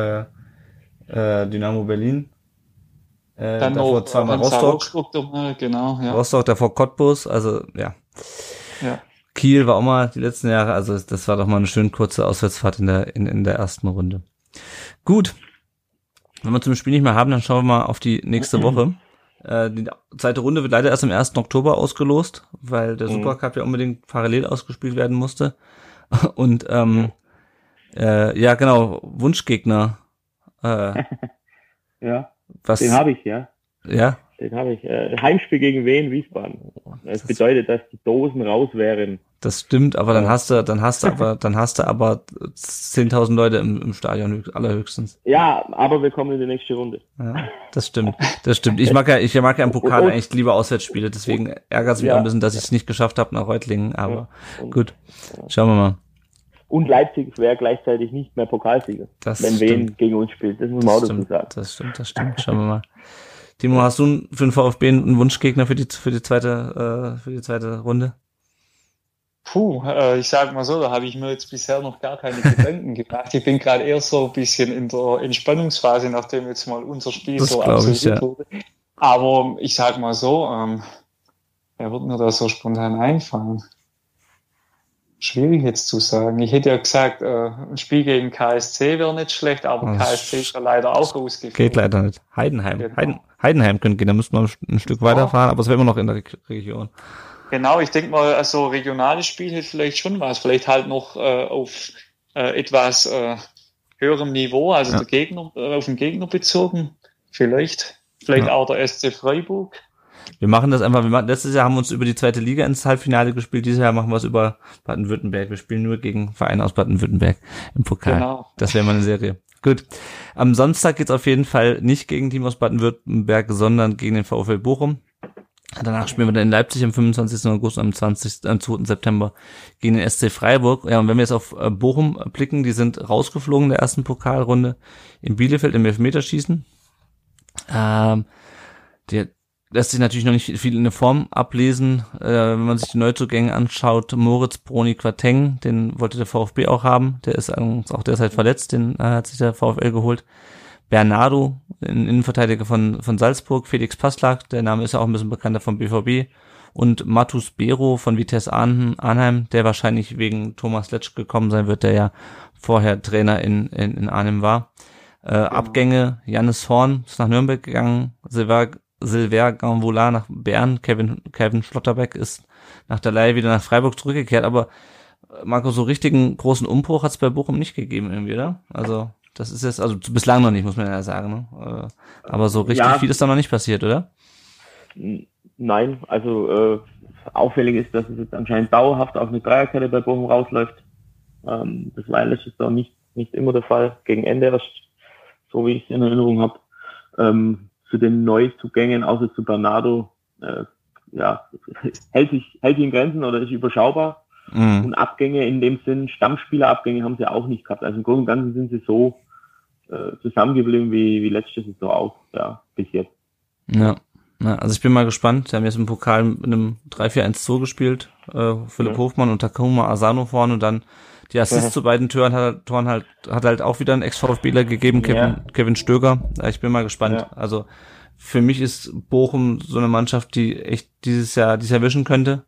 Berlin. Dann davor zweimal Rostock. Genau, ja. Rostock, davor Cottbus, also ja. Kiel war auch mal die letzten Jahre, also das war doch mal eine schön kurze Auswärtsfahrt in der ersten Runde. Gut. Wenn wir zum Spiel nicht mehr haben, dann schauen wir mal auf die nächste Woche. Die zweite Runde wird leider erst am 1. Oktober ausgelost, weil der Supercup ja unbedingt parallel ausgespielt werden musste. Und ja, genau, Wunschgegner. Ja, was? Den habe ich, ja. Ja? Den habe ich. Heimspiel gegen Wien, Wiesbaden. Das bedeutet, dass die Dosen raus wären. Das stimmt, aber dann hast du aber 10.000 Leute im Stadion allerhöchstens. Ja, aber wir kommen in die nächste Runde. Ja, das stimmt. Ich mag ja im Pokal eigentlich lieber Auswärtsspiele, deswegen ärgert es mich auch ein bisschen, dass ich es nicht geschafft habe nach Reutlingen, aber gut. Schauen wir mal. Und Leipzig wäre gleichzeitig nicht mehr Pokalsieger, wenn Wien gegen uns spielt. Das muss man auch dazu sagen. Das stimmt. Schauen wir mal. Timo, hast du für den VfB einen Wunschgegner für die zweite Runde? Ich sag mal so, da habe ich mir jetzt bisher noch gar keine Gedanken gemacht. Ich bin gerade eher so ein bisschen in der Entspannungsphase, nachdem jetzt mal unser Spiel so absolviert wurde. Aber ich sag mal so, wer wird mir da so spontan einfallen? Schwierig jetzt zu sagen. Ich hätte ja gesagt, ein Spiel gegen KSC wäre nicht schlecht, aber KSC ist ja leider auch ausgefallen. Geht leider nicht. Heidenheim. Genau. Heidenheim könnte gehen, da müssten wir ein Stück weiterfahren, aber es wäre immer noch in der Region. Genau, ich denke mal, also regionales Spiel hätte vielleicht schon was. Vielleicht halt noch auf etwas höherem Niveau, also der Gegner, auf den Gegner bezogen. Vielleicht auch der SC Freiburg. Wir machen das einfach, letztes Jahr haben wir uns über die zweite Liga ins Halbfinale gespielt, dieses Jahr machen wir es über Baden-Württemberg. Wir spielen nur gegen Vereine aus Baden-Württemberg im Pokal. Genau. Das wäre mal eine Serie. Gut. Am Samstag geht's auf jeden Fall nicht gegen Team aus Baden-Württemberg, sondern gegen den VfL Bochum. Danach spielen wir dann in Leipzig am 25. August und am 2. September gegen den SC Freiburg. Ja, und wenn wir jetzt auf Bochum blicken, die sind rausgeflogen in der ersten Pokalrunde in Bielefeld im Elfmeterschießen. Die lässt sich natürlich noch nicht viel in der Form ablesen. Wenn man sich die Neuzugänge anschaut, Moritz Brony-Quateng, den wollte der VfB auch haben. Der ist auch derzeit verletzt, den hat sich der VfL geholt. Bernardo, ein Innenverteidiger von Salzburg, Felix Passlack, der Name ist ja auch ein bisschen bekannter vom BVB, und Matus Bero von Vitesse Arnhem, der wahrscheinlich wegen Thomas Letsch gekommen sein wird, der ja vorher Trainer in Arnhem war. Abgänge, Jannis Horn ist nach Nürnberg gegangen, Silver Ganvola nach Bern, Kevin Schlotterbeck ist nach der Leihe wieder nach Freiburg zurückgekehrt, aber Marco, so richtigen großen Umbruch hat es bei Bochum nicht gegeben irgendwie, oder? Also das ist jetzt, also bislang noch nicht, muss man ja sagen, ne? Aber so richtig viel ist da noch nicht passiert, oder? Nein, also auffällig ist, dass es jetzt anscheinend dauerhaft auf eine Dreierkette bei Bochum rausläuft. Das war letztes Jahr nicht immer der Fall, gegen Ende erst, so wie ich es in Erinnerung habe. Zu den Neuzugängen, außer zu Bernardo, hält sich in Grenzen oder ist überschaubar. Und Abgänge in dem Sinn, Stammspielerabgänge haben sie auch nicht gehabt. Also im Großen und Ganzen sind sie so zusammengeblieben wie letzte Saison auch, bis jetzt. Ja, also ich bin mal gespannt. Sie haben jetzt im Pokal mit einem 3-4-1-2 gespielt. Philipp Hofmann und Takuma Asano vorne und dann die Assist zu beiden Toren hat halt auch wieder ein Ex-VfBler gegeben, Kevin Stöger. Ich bin mal gespannt. Ja. Also für mich ist Bochum so eine Mannschaft, die echt dieses Jahr erwischen könnte.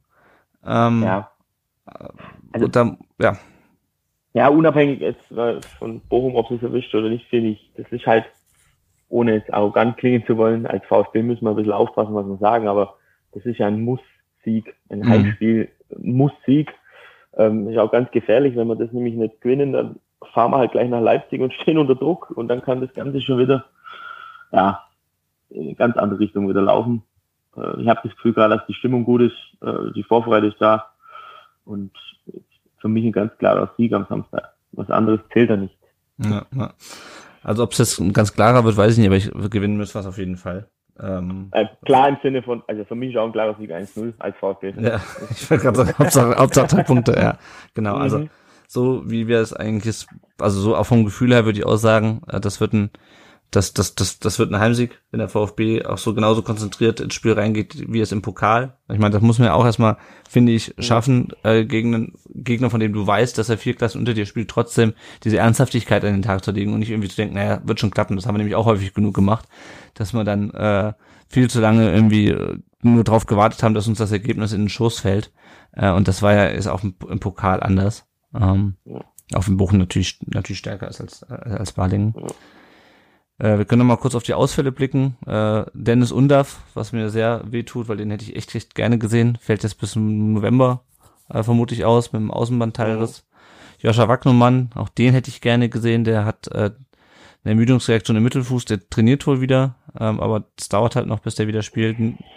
Unabhängig jetzt von Bochum, ob es erwischt oder nicht, finde ich, das ist halt, ohne jetzt arrogant klingen zu wollen, als VfB müssen wir ein bisschen aufpassen, was wir sagen, aber das ist ja ein Muss-Sieg, ein Heimspiel, Muss-Sieg. Ist auch ganz gefährlich, wenn wir das nämlich nicht gewinnen, dann fahren wir halt gleich nach Leipzig und stehen unter Druck und dann kann das Ganze schon wieder, in eine ganz andere Richtung wieder laufen. Ich habe das Gefühl gerade, dass die Stimmung gut ist, die Vorfreude ist da und für mich ein ganz klarer Sieg am Samstag. Was anderes zählt da nicht. Ja. Also ob es jetzt ein ganz klarer wird, weiß ich nicht, aber gewinnen müssen wir es auf jeden Fall. Klar im Sinne von, also für mich ist auch ein klarer Sieg 1-0 als VfB. Ja, ich wollte gerade sagen, Hauptsache 3 Punkte, ja. Genau, also so wie wir es eigentlich ist, also so auch vom Gefühl her würde ich auch sagen, das wird ein Heimsieg, wenn der VfB auch so genauso konzentriert ins Spiel reingeht, wie es im Pokal. Ich meine, das muss man ja auch erstmal, finde ich, schaffen, gegen einen Gegner, von dem du weißt, dass er 4 Klassen unter dir spielt, trotzdem diese Ernsthaftigkeit an den Tag zu legen und nicht irgendwie zu denken, naja, wird schon klappen. Das haben wir nämlich auch häufig genug gemacht, dass wir dann viel zu lange irgendwie nur drauf gewartet haben, dass uns das Ergebnis in den Schoß fällt. Und das war ja, ist auch im Pokal anders. Auch in Bochum natürlich stärker ist als Balingen. Wir können noch mal kurz auf die Ausfälle blicken. Dennis Undaff, was mir sehr wehtut, weil den hätte ich echt gerne gesehen, fällt jetzt bis im November vermutlich aus mit dem Außenbandteilriss. Joscha Wagnumann, auch den hätte ich gerne gesehen, der hat eine Ermüdungsreaktion im Mittelfuß, der trainiert wohl wieder, aber es dauert halt noch, bis der wieder spielt.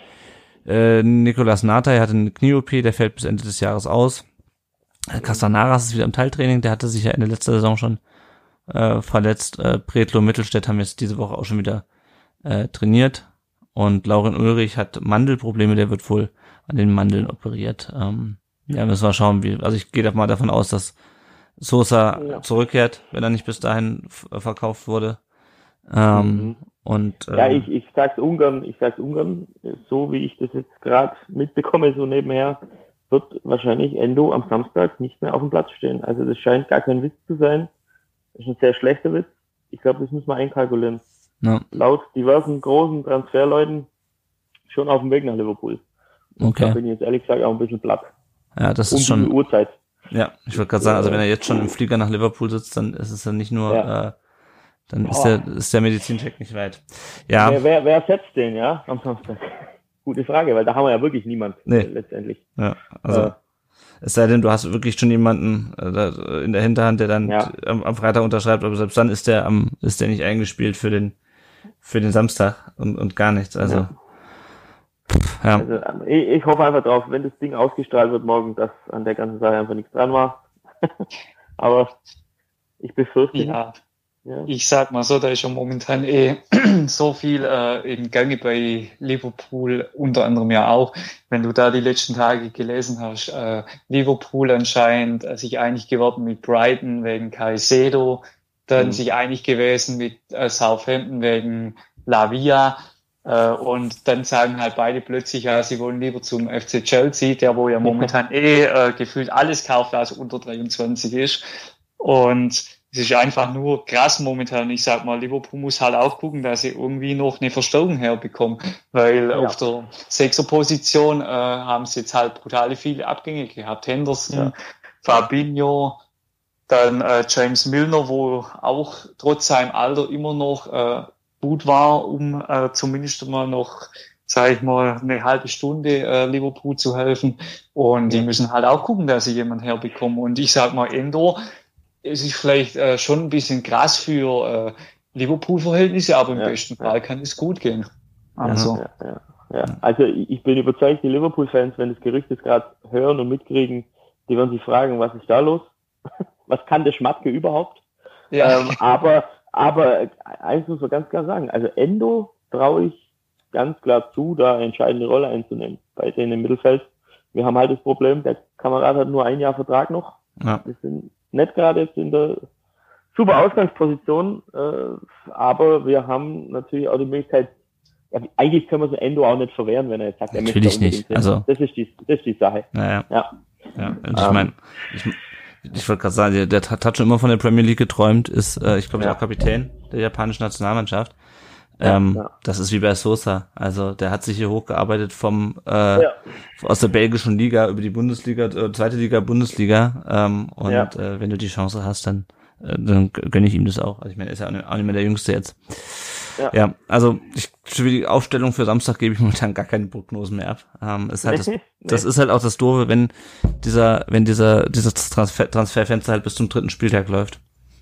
Nicolas Nathai hatte eine Knie-OP, der fällt bis Ende des Jahres aus. Castanaras ist wieder im Teiltraining, der hatte sich ja Ende letzter Saison schon verletzt. Bredlo Mittelstädt haben jetzt diese Woche auch schon wieder trainiert. Und Lauren Ulrich hat Mandelprobleme, der wird wohl an den Mandeln operiert. Ja, müssen wir schauen, also ich gehe mal davon aus, dass Sosa zurückkehrt, wenn er nicht bis dahin verkauft wurde. Und ja, ich sag's ungern, so wie ich das jetzt gerade mitbekomme, so nebenher, wird wahrscheinlich Endo am Samstag nicht mehr auf dem Platz stehen. Also das scheint gar kein Witz zu sein. Das ist ein sehr schlechter Witz. Ich glaube, das müssen wir einkalkulieren. Ja. Laut diversen großen Transferleuten schon auf dem Weg nach Liverpool. Okay. Da bin ich jetzt ehrlich gesagt auch ein bisschen platt. Ja, das ist schon... Uhrzeit. Ja, ich wollte gerade sagen, also wenn er jetzt schon im Flieger nach Liverpool sitzt, dann ist es ja nicht nur... dann ist der Medizincheck nicht weit. Ja. Wer ersetzt den, ja, am Samstag? Gute Frage, weil da haben wir ja wirklich niemand letztendlich. Ja, also es sei denn, du hast wirklich schon jemanden in der Hinterhand, der dann am Freitag unterschreibt, aber selbst dann ist der nicht eingespielt für den Samstag und gar nichts. Also Also ich hoffe einfach drauf, wenn das Ding ausgestrahlt wird morgen, dass an der ganzen Sache einfach nichts dran war. Aber ich befürchte ja. Ich sag mal so, da ist ja momentan so viel im Gange bei Liverpool, unter anderem ja auch, wenn du da die letzten Tage gelesen hast, Liverpool anscheinend sich einig geworden mit Brighton wegen Caicedo, dann sich einig gewesen mit Southampton wegen Lavia, und dann sagen halt beide plötzlich, ja, sie wollen lieber zum FC Chelsea, der wo ja momentan gefühlt alles kauft, also unter 23 ist. Und es ist einfach nur krass momentan. Ich sag mal, Liverpool muss halt auch gucken, dass sie irgendwie noch eine Verstärkung herbekommen, weil auf der 6er-Position haben sie jetzt halt brutale viele Abgänge gehabt. Henderson, Fabinho, dann James Milner, wo auch trotz seinem Alter immer noch gut war, um zumindest mal noch, sag ich mal, eine halbe Stunde Liverpool zu helfen. Und die müssen halt auch gucken, dass sie jemanden herbekommen. Und ich sag mal, Endo, es ist vielleicht schon ein bisschen krass für Liverpool-Verhältnisse, aber im besten Fall kann es gut gehen. Also, also ich bin überzeugt, die Liverpool-Fans, wenn das Gerücht jetzt gerade hören und mitkriegen, die werden sich fragen, was ist da los? Was kann der Schmatke überhaupt? Ja. Aber eins muss man ganz klar sagen, also Endo traue ich ganz klar zu, da eine entscheidende Rolle einzunehmen bei denen im Mittelfeld. Wir haben halt das Problem, der Kamerad hat nur ein Jahr Vertrag noch. Ja. Wir sind nicht gerade jetzt in der super Ausgangsposition, aber wir haben natürlich auch die Möglichkeit, eigentlich können wir so Endo auch nicht verwehren, wenn er jetzt sagt, er möchte natürlich nicht. Also das ist die Sache. Ja. Und ich meine, ich wollte gerade sagen, der hat schon immer von der Premier League geträumt, ist, ich glaube, auch Kapitän der japanischen Nationalmannschaft. Das ist wie bei Sosa. Also der hat sich hier hochgearbeitet aus der belgischen Liga über die Bundesliga, zweite Liga, Bundesliga. Wenn du die Chance hast, dann gönne ich ihm das auch. Also ich meine, er ist ja auch nicht mehr der Jüngste jetzt. Ja, also für die Aufstellung für Samstag gebe ich momentan gar keine Prognosen mehr ab. Ist halt das ist halt auch das Doofe, wenn dieses Transferfenster halt bis zum 3. Spieltag läuft.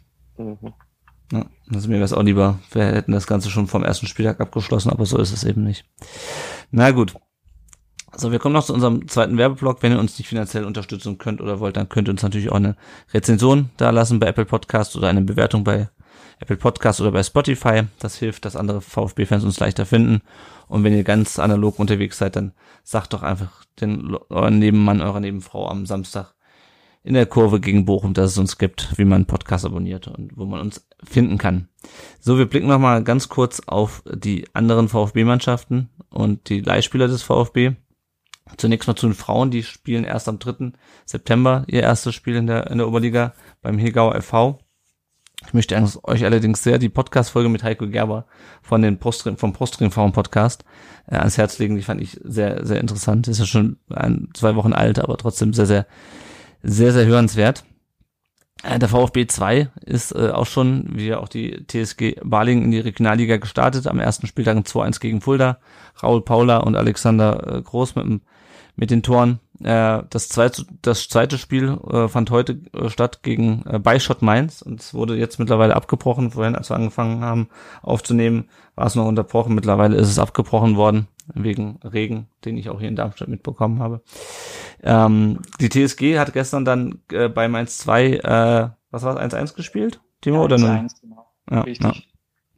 Ja, also mir wäre es auch lieber, wir hätten das Ganze schon vom 1. Spieltag abgeschlossen, aber so ist es eben nicht. Na gut. So, wir kommen noch zu unserem zweiten Werbeblock. Wenn ihr uns nicht finanziell unterstützen könnt oder wollt, dann könnt ihr uns natürlich auch eine Rezension da lassen bei Apple Podcast oder eine Bewertung bei Apple Podcast oder bei Spotify. Das hilft, dass andere VfB-Fans uns leichter finden. Und wenn ihr ganz analog unterwegs seid, dann sagt doch einfach euren Nebenmann, eurer Nebenfrau am Samstag, in der Kurve gegen Bochum, dass es uns gibt, wie man einen Podcast abonniert und wo man uns finden kann. So, wir blicken nochmal ganz kurz auf die anderen VfB-Mannschaften und die Leihspieler des VfB. Zunächst mal zu den Frauen, die spielen erst am 3. September ihr erstes Spiel in der Oberliga beim Hegauer FV. Ich möchte euch allerdings sehr die Podcast-Folge mit Heiko Gerber vom Brustring-Frauen-Podcast ans Herz legen. Die fand ich sehr, sehr interessant. Ist ja schon 2 Wochen alt, aber trotzdem sehr, sehr, sehr, sehr hörenswert. Der VfB 2 ist auch schon, wie auch die TSG Balingen, in die Regionalliga gestartet. Am ersten Spieltag ein 2-1 gegen Fulda. Raul Paula und Alexander Groß mit den Toren. Das zweite Spiel fand heute statt gegen Beischott Mainz und es wurde jetzt mittlerweile abgebrochen. Vorhin, als wir angefangen haben aufzunehmen, war es noch unterbrochen. Mittlerweile ist es abgebrochen worden wegen Regen, den ich auch hier in Darmstadt mitbekommen habe. Die TSG hat gestern dann bei Mainz 2 was war es, 1-1 gespielt? Timo, oder 0? Genau. Ja, richtig. Ja.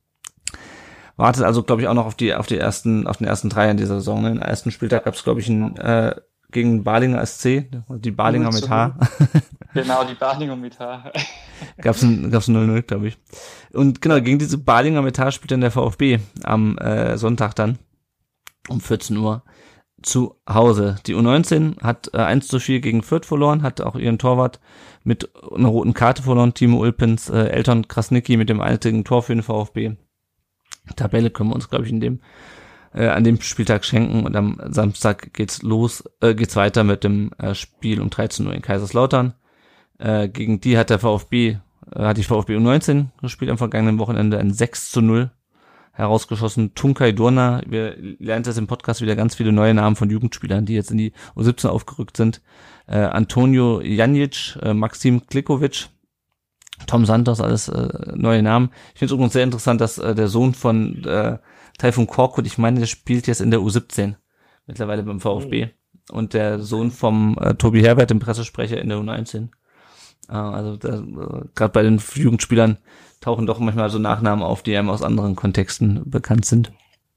Wartet also, glaube ich, auch noch auf den ersten Dreier in dieser Saison. Ne? Im ersten Spieltag gab es, glaube ich, gegen Balinger SC, die Balinger mit H. Genau, die Balinger mit H. Gab's ein 0-0, glaube ich. Und genau, gegen diese Balinger mit H spielt dann der VfB am Sonntag dann um 14 Uhr zu Hause. Die U19 hat 1-4 gegen Fürth verloren, hat auch ihren Torwart mit einer roten Karte verloren, Timo Ulpens, Elton Krasnicki mit dem einzigen Tor für den VfB. Tabelle können wir uns, glaube ich, an dem Spieltag schenken und am Samstag geht's weiter mit dem Spiel um 13 Uhr in Kaiserslautern. Gegen die hat die VfB U19 gespielt am vergangenen Wochenende, ein 6-0 herausgeschossen. Tuncay Durna, wir lernen das im Podcast wieder ganz viele neue Namen von Jugendspielern, die jetzt in die U17 aufgerückt sind. Antonio Janic, Maxim Klikovic, Tom Santos, alles neue Namen. Ich finde es übrigens sehr interessant, dass der Sohn von Taifun Korkut, ich meine, der spielt jetzt in der U17, mittlerweile beim VfB. Und der Sohn vom Tobi Herbert, dem Pressesprecher, in der U19. Also gerade bei den Jugendspielern tauchen doch manchmal so Nachnamen auf, die einem aus anderen Kontexten bekannt sind.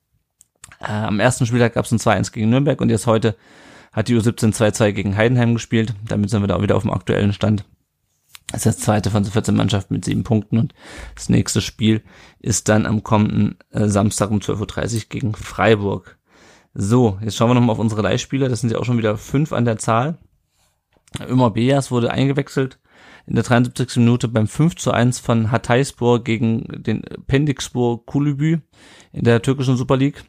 Am ersten Spieltag gab es ein 2-1 gegen Nürnberg und jetzt heute hat die U17 2-2 gegen Heidenheim gespielt. Damit sind wir da auch wieder auf dem aktuellen Stand. Das ist das zweite von 14 Mannschaften mit 7 Punkten und das nächste Spiel ist dann am kommenden Samstag um 12.30 Uhr gegen Freiburg. So, jetzt schauen wir nochmal auf unsere Leihspieler. Das sind ja auch schon wieder 5 an der Zahl. Ömer Beyaz wurde eingewechselt in der 73. Minute beim 5-1 von Hatayspor gegen den Pendikspor Kulübü in der türkischen Super League.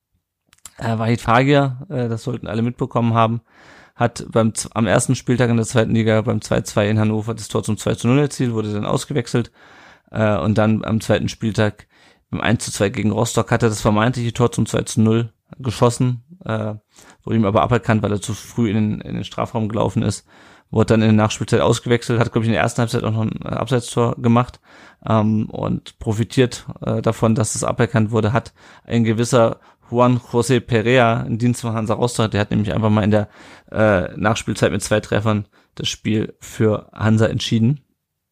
Vahid Fagir, das sollten alle mitbekommen haben, hat am ersten Spieltag in der zweiten Liga beim 2-2 in Hannover das Tor zum 2-0 erzielt, wurde dann ausgewechselt und dann am zweiten Spieltag beim 1-2 gegen Rostock hat er das vermeintliche Tor zum 2-0 geschossen, wurde ihm aber aberkannt, weil er zu früh in den Strafraum gelaufen ist, wurde dann in der Nachspielzeit ausgewechselt, hat, glaube ich, in der ersten Halbzeit auch noch ein Abseitstor gemacht und profitiert davon, dass es aberkannt wurde, hat ein gewisser Juan José Perea, ein Dienst von Hansa Rostock, der hat nämlich einfach mal in der Nachspielzeit mit 2 Treffern das Spiel für Hansa entschieden.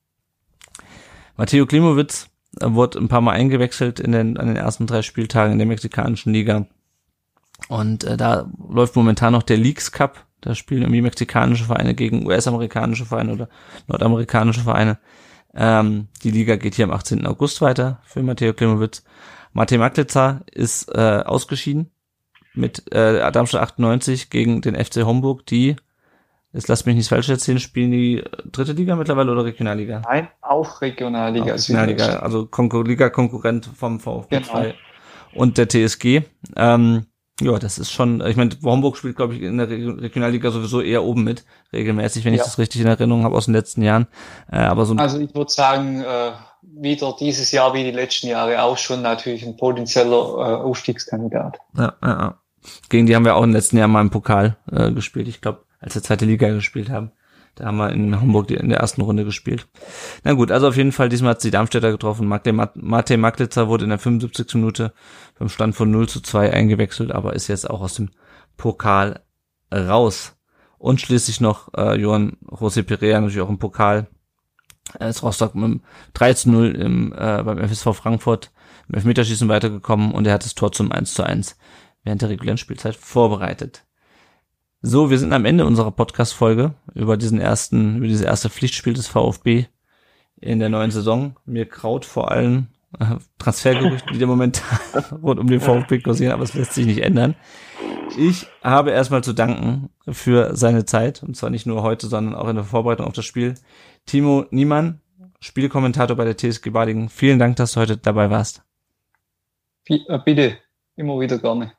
Mateo Klimowitz wurde ein paar Mal eingewechselt an den ersten 3 Spieltagen in der mexikanischen Liga. Und da läuft momentan noch der Leagues Cup. Da spielen irgendwie mexikanische Vereine gegen US-amerikanische Vereine oder nordamerikanische Vereine. Die Liga geht hier am 18. August weiter für Mateo Klimowitz. Matej Maklica ist ausgeschieden mit Darmstadt 98 gegen den FC Homburg, die, jetzt lasst mich nicht falsch erzählen, spielen die 3. Liga mittlerweile oder Regionalliga? Nein, auch Regionalliga. Auch Regionalliga, also Liga-Konkurrent vom VfB 2 und der TSG. Ja, das ist schon, ich meine, Homburg spielt, glaube ich, in der Regionalliga sowieso eher oben mit, regelmäßig, wenn ich das richtig in Erinnerung habe aus den letzten Jahren. Aber also ich würde sagen, wieder dieses Jahr wie die letzten Jahre auch schon natürlich ein potenzieller Aufstiegskandidat. Ja. Gegen die haben wir auch in den letzten Jahren mal im Pokal gespielt, ich glaube, als wir 2. Liga gespielt haben. Da haben wir in Hamburg in der ersten Runde gespielt. Na gut, also auf jeden Fall, diesmal hat sie Darmstädter getroffen. Matej Maklica wurde in der 75. Minute beim Stand von 0-2 eingewechselt, aber ist jetzt auch aus dem Pokal raus. Und schließlich noch Juan José Perea, natürlich auch im Pokal. Er ist Rostock mit dem 3-0 beim FSV Frankfurt im Elfmeterschießen weitergekommen und er hat das Tor zum 1-1 während der regulären Spielzeit vorbereitet. So, wir sind am Ende unserer Podcast-Folge über dieses erste Pflichtspiel des VfB in der neuen Saison. Mir kraut vor allem Transfergerüchte, die momentan rund um den VfB kursieren, aber es lässt sich nicht ändern. Ich habe erstmal zu danken für seine Zeit, und zwar nicht nur heute, sondern auch in der Vorbereitung auf das Spiel. Timo Niemann, Spielkommentator bei der TSG Balingen. Vielen Dank, dass du heute dabei warst. Bitte, immer wieder gerne.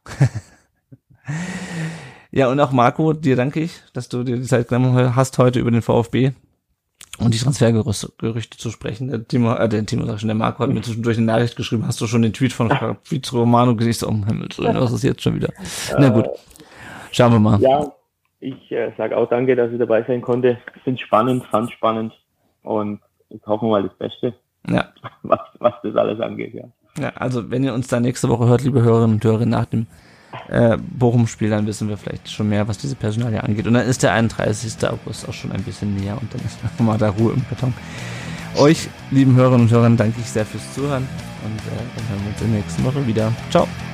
Ja, und auch Marco, dir danke ich, dass du dir die Zeit genommen hast, heute über den VfB und die Transfergerüchte zu sprechen. Der Marco hat mir zwischendurch eine Nachricht geschrieben, hast du schon den Tweet von Fabrizio Romano gesehen? Ich so, Himmels Willen, was ist jetzt schon wieder? Na gut, schauen wir mal. Ja, ich sage auch danke, dass ich dabei sein konnte. Ich finde es spannend, fand spannend und ich hoffe mal das Beste, ja. was das alles angeht. Ja. Ja, also wenn ihr uns da nächste Woche hört, liebe Hörerinnen und Hörer, nach dem Bochum-Spiel, dann wissen wir vielleicht schon mehr, was diese Personalie angeht. Und dann ist der 31. August auch schon ein bisschen näher und dann ist nochmal da Ruhe im Karton. Euch, lieben Hörerinnen und Hörern, danke ich sehr fürs Zuhören und dann hören wir uns in der nächsten Woche wieder. Ciao!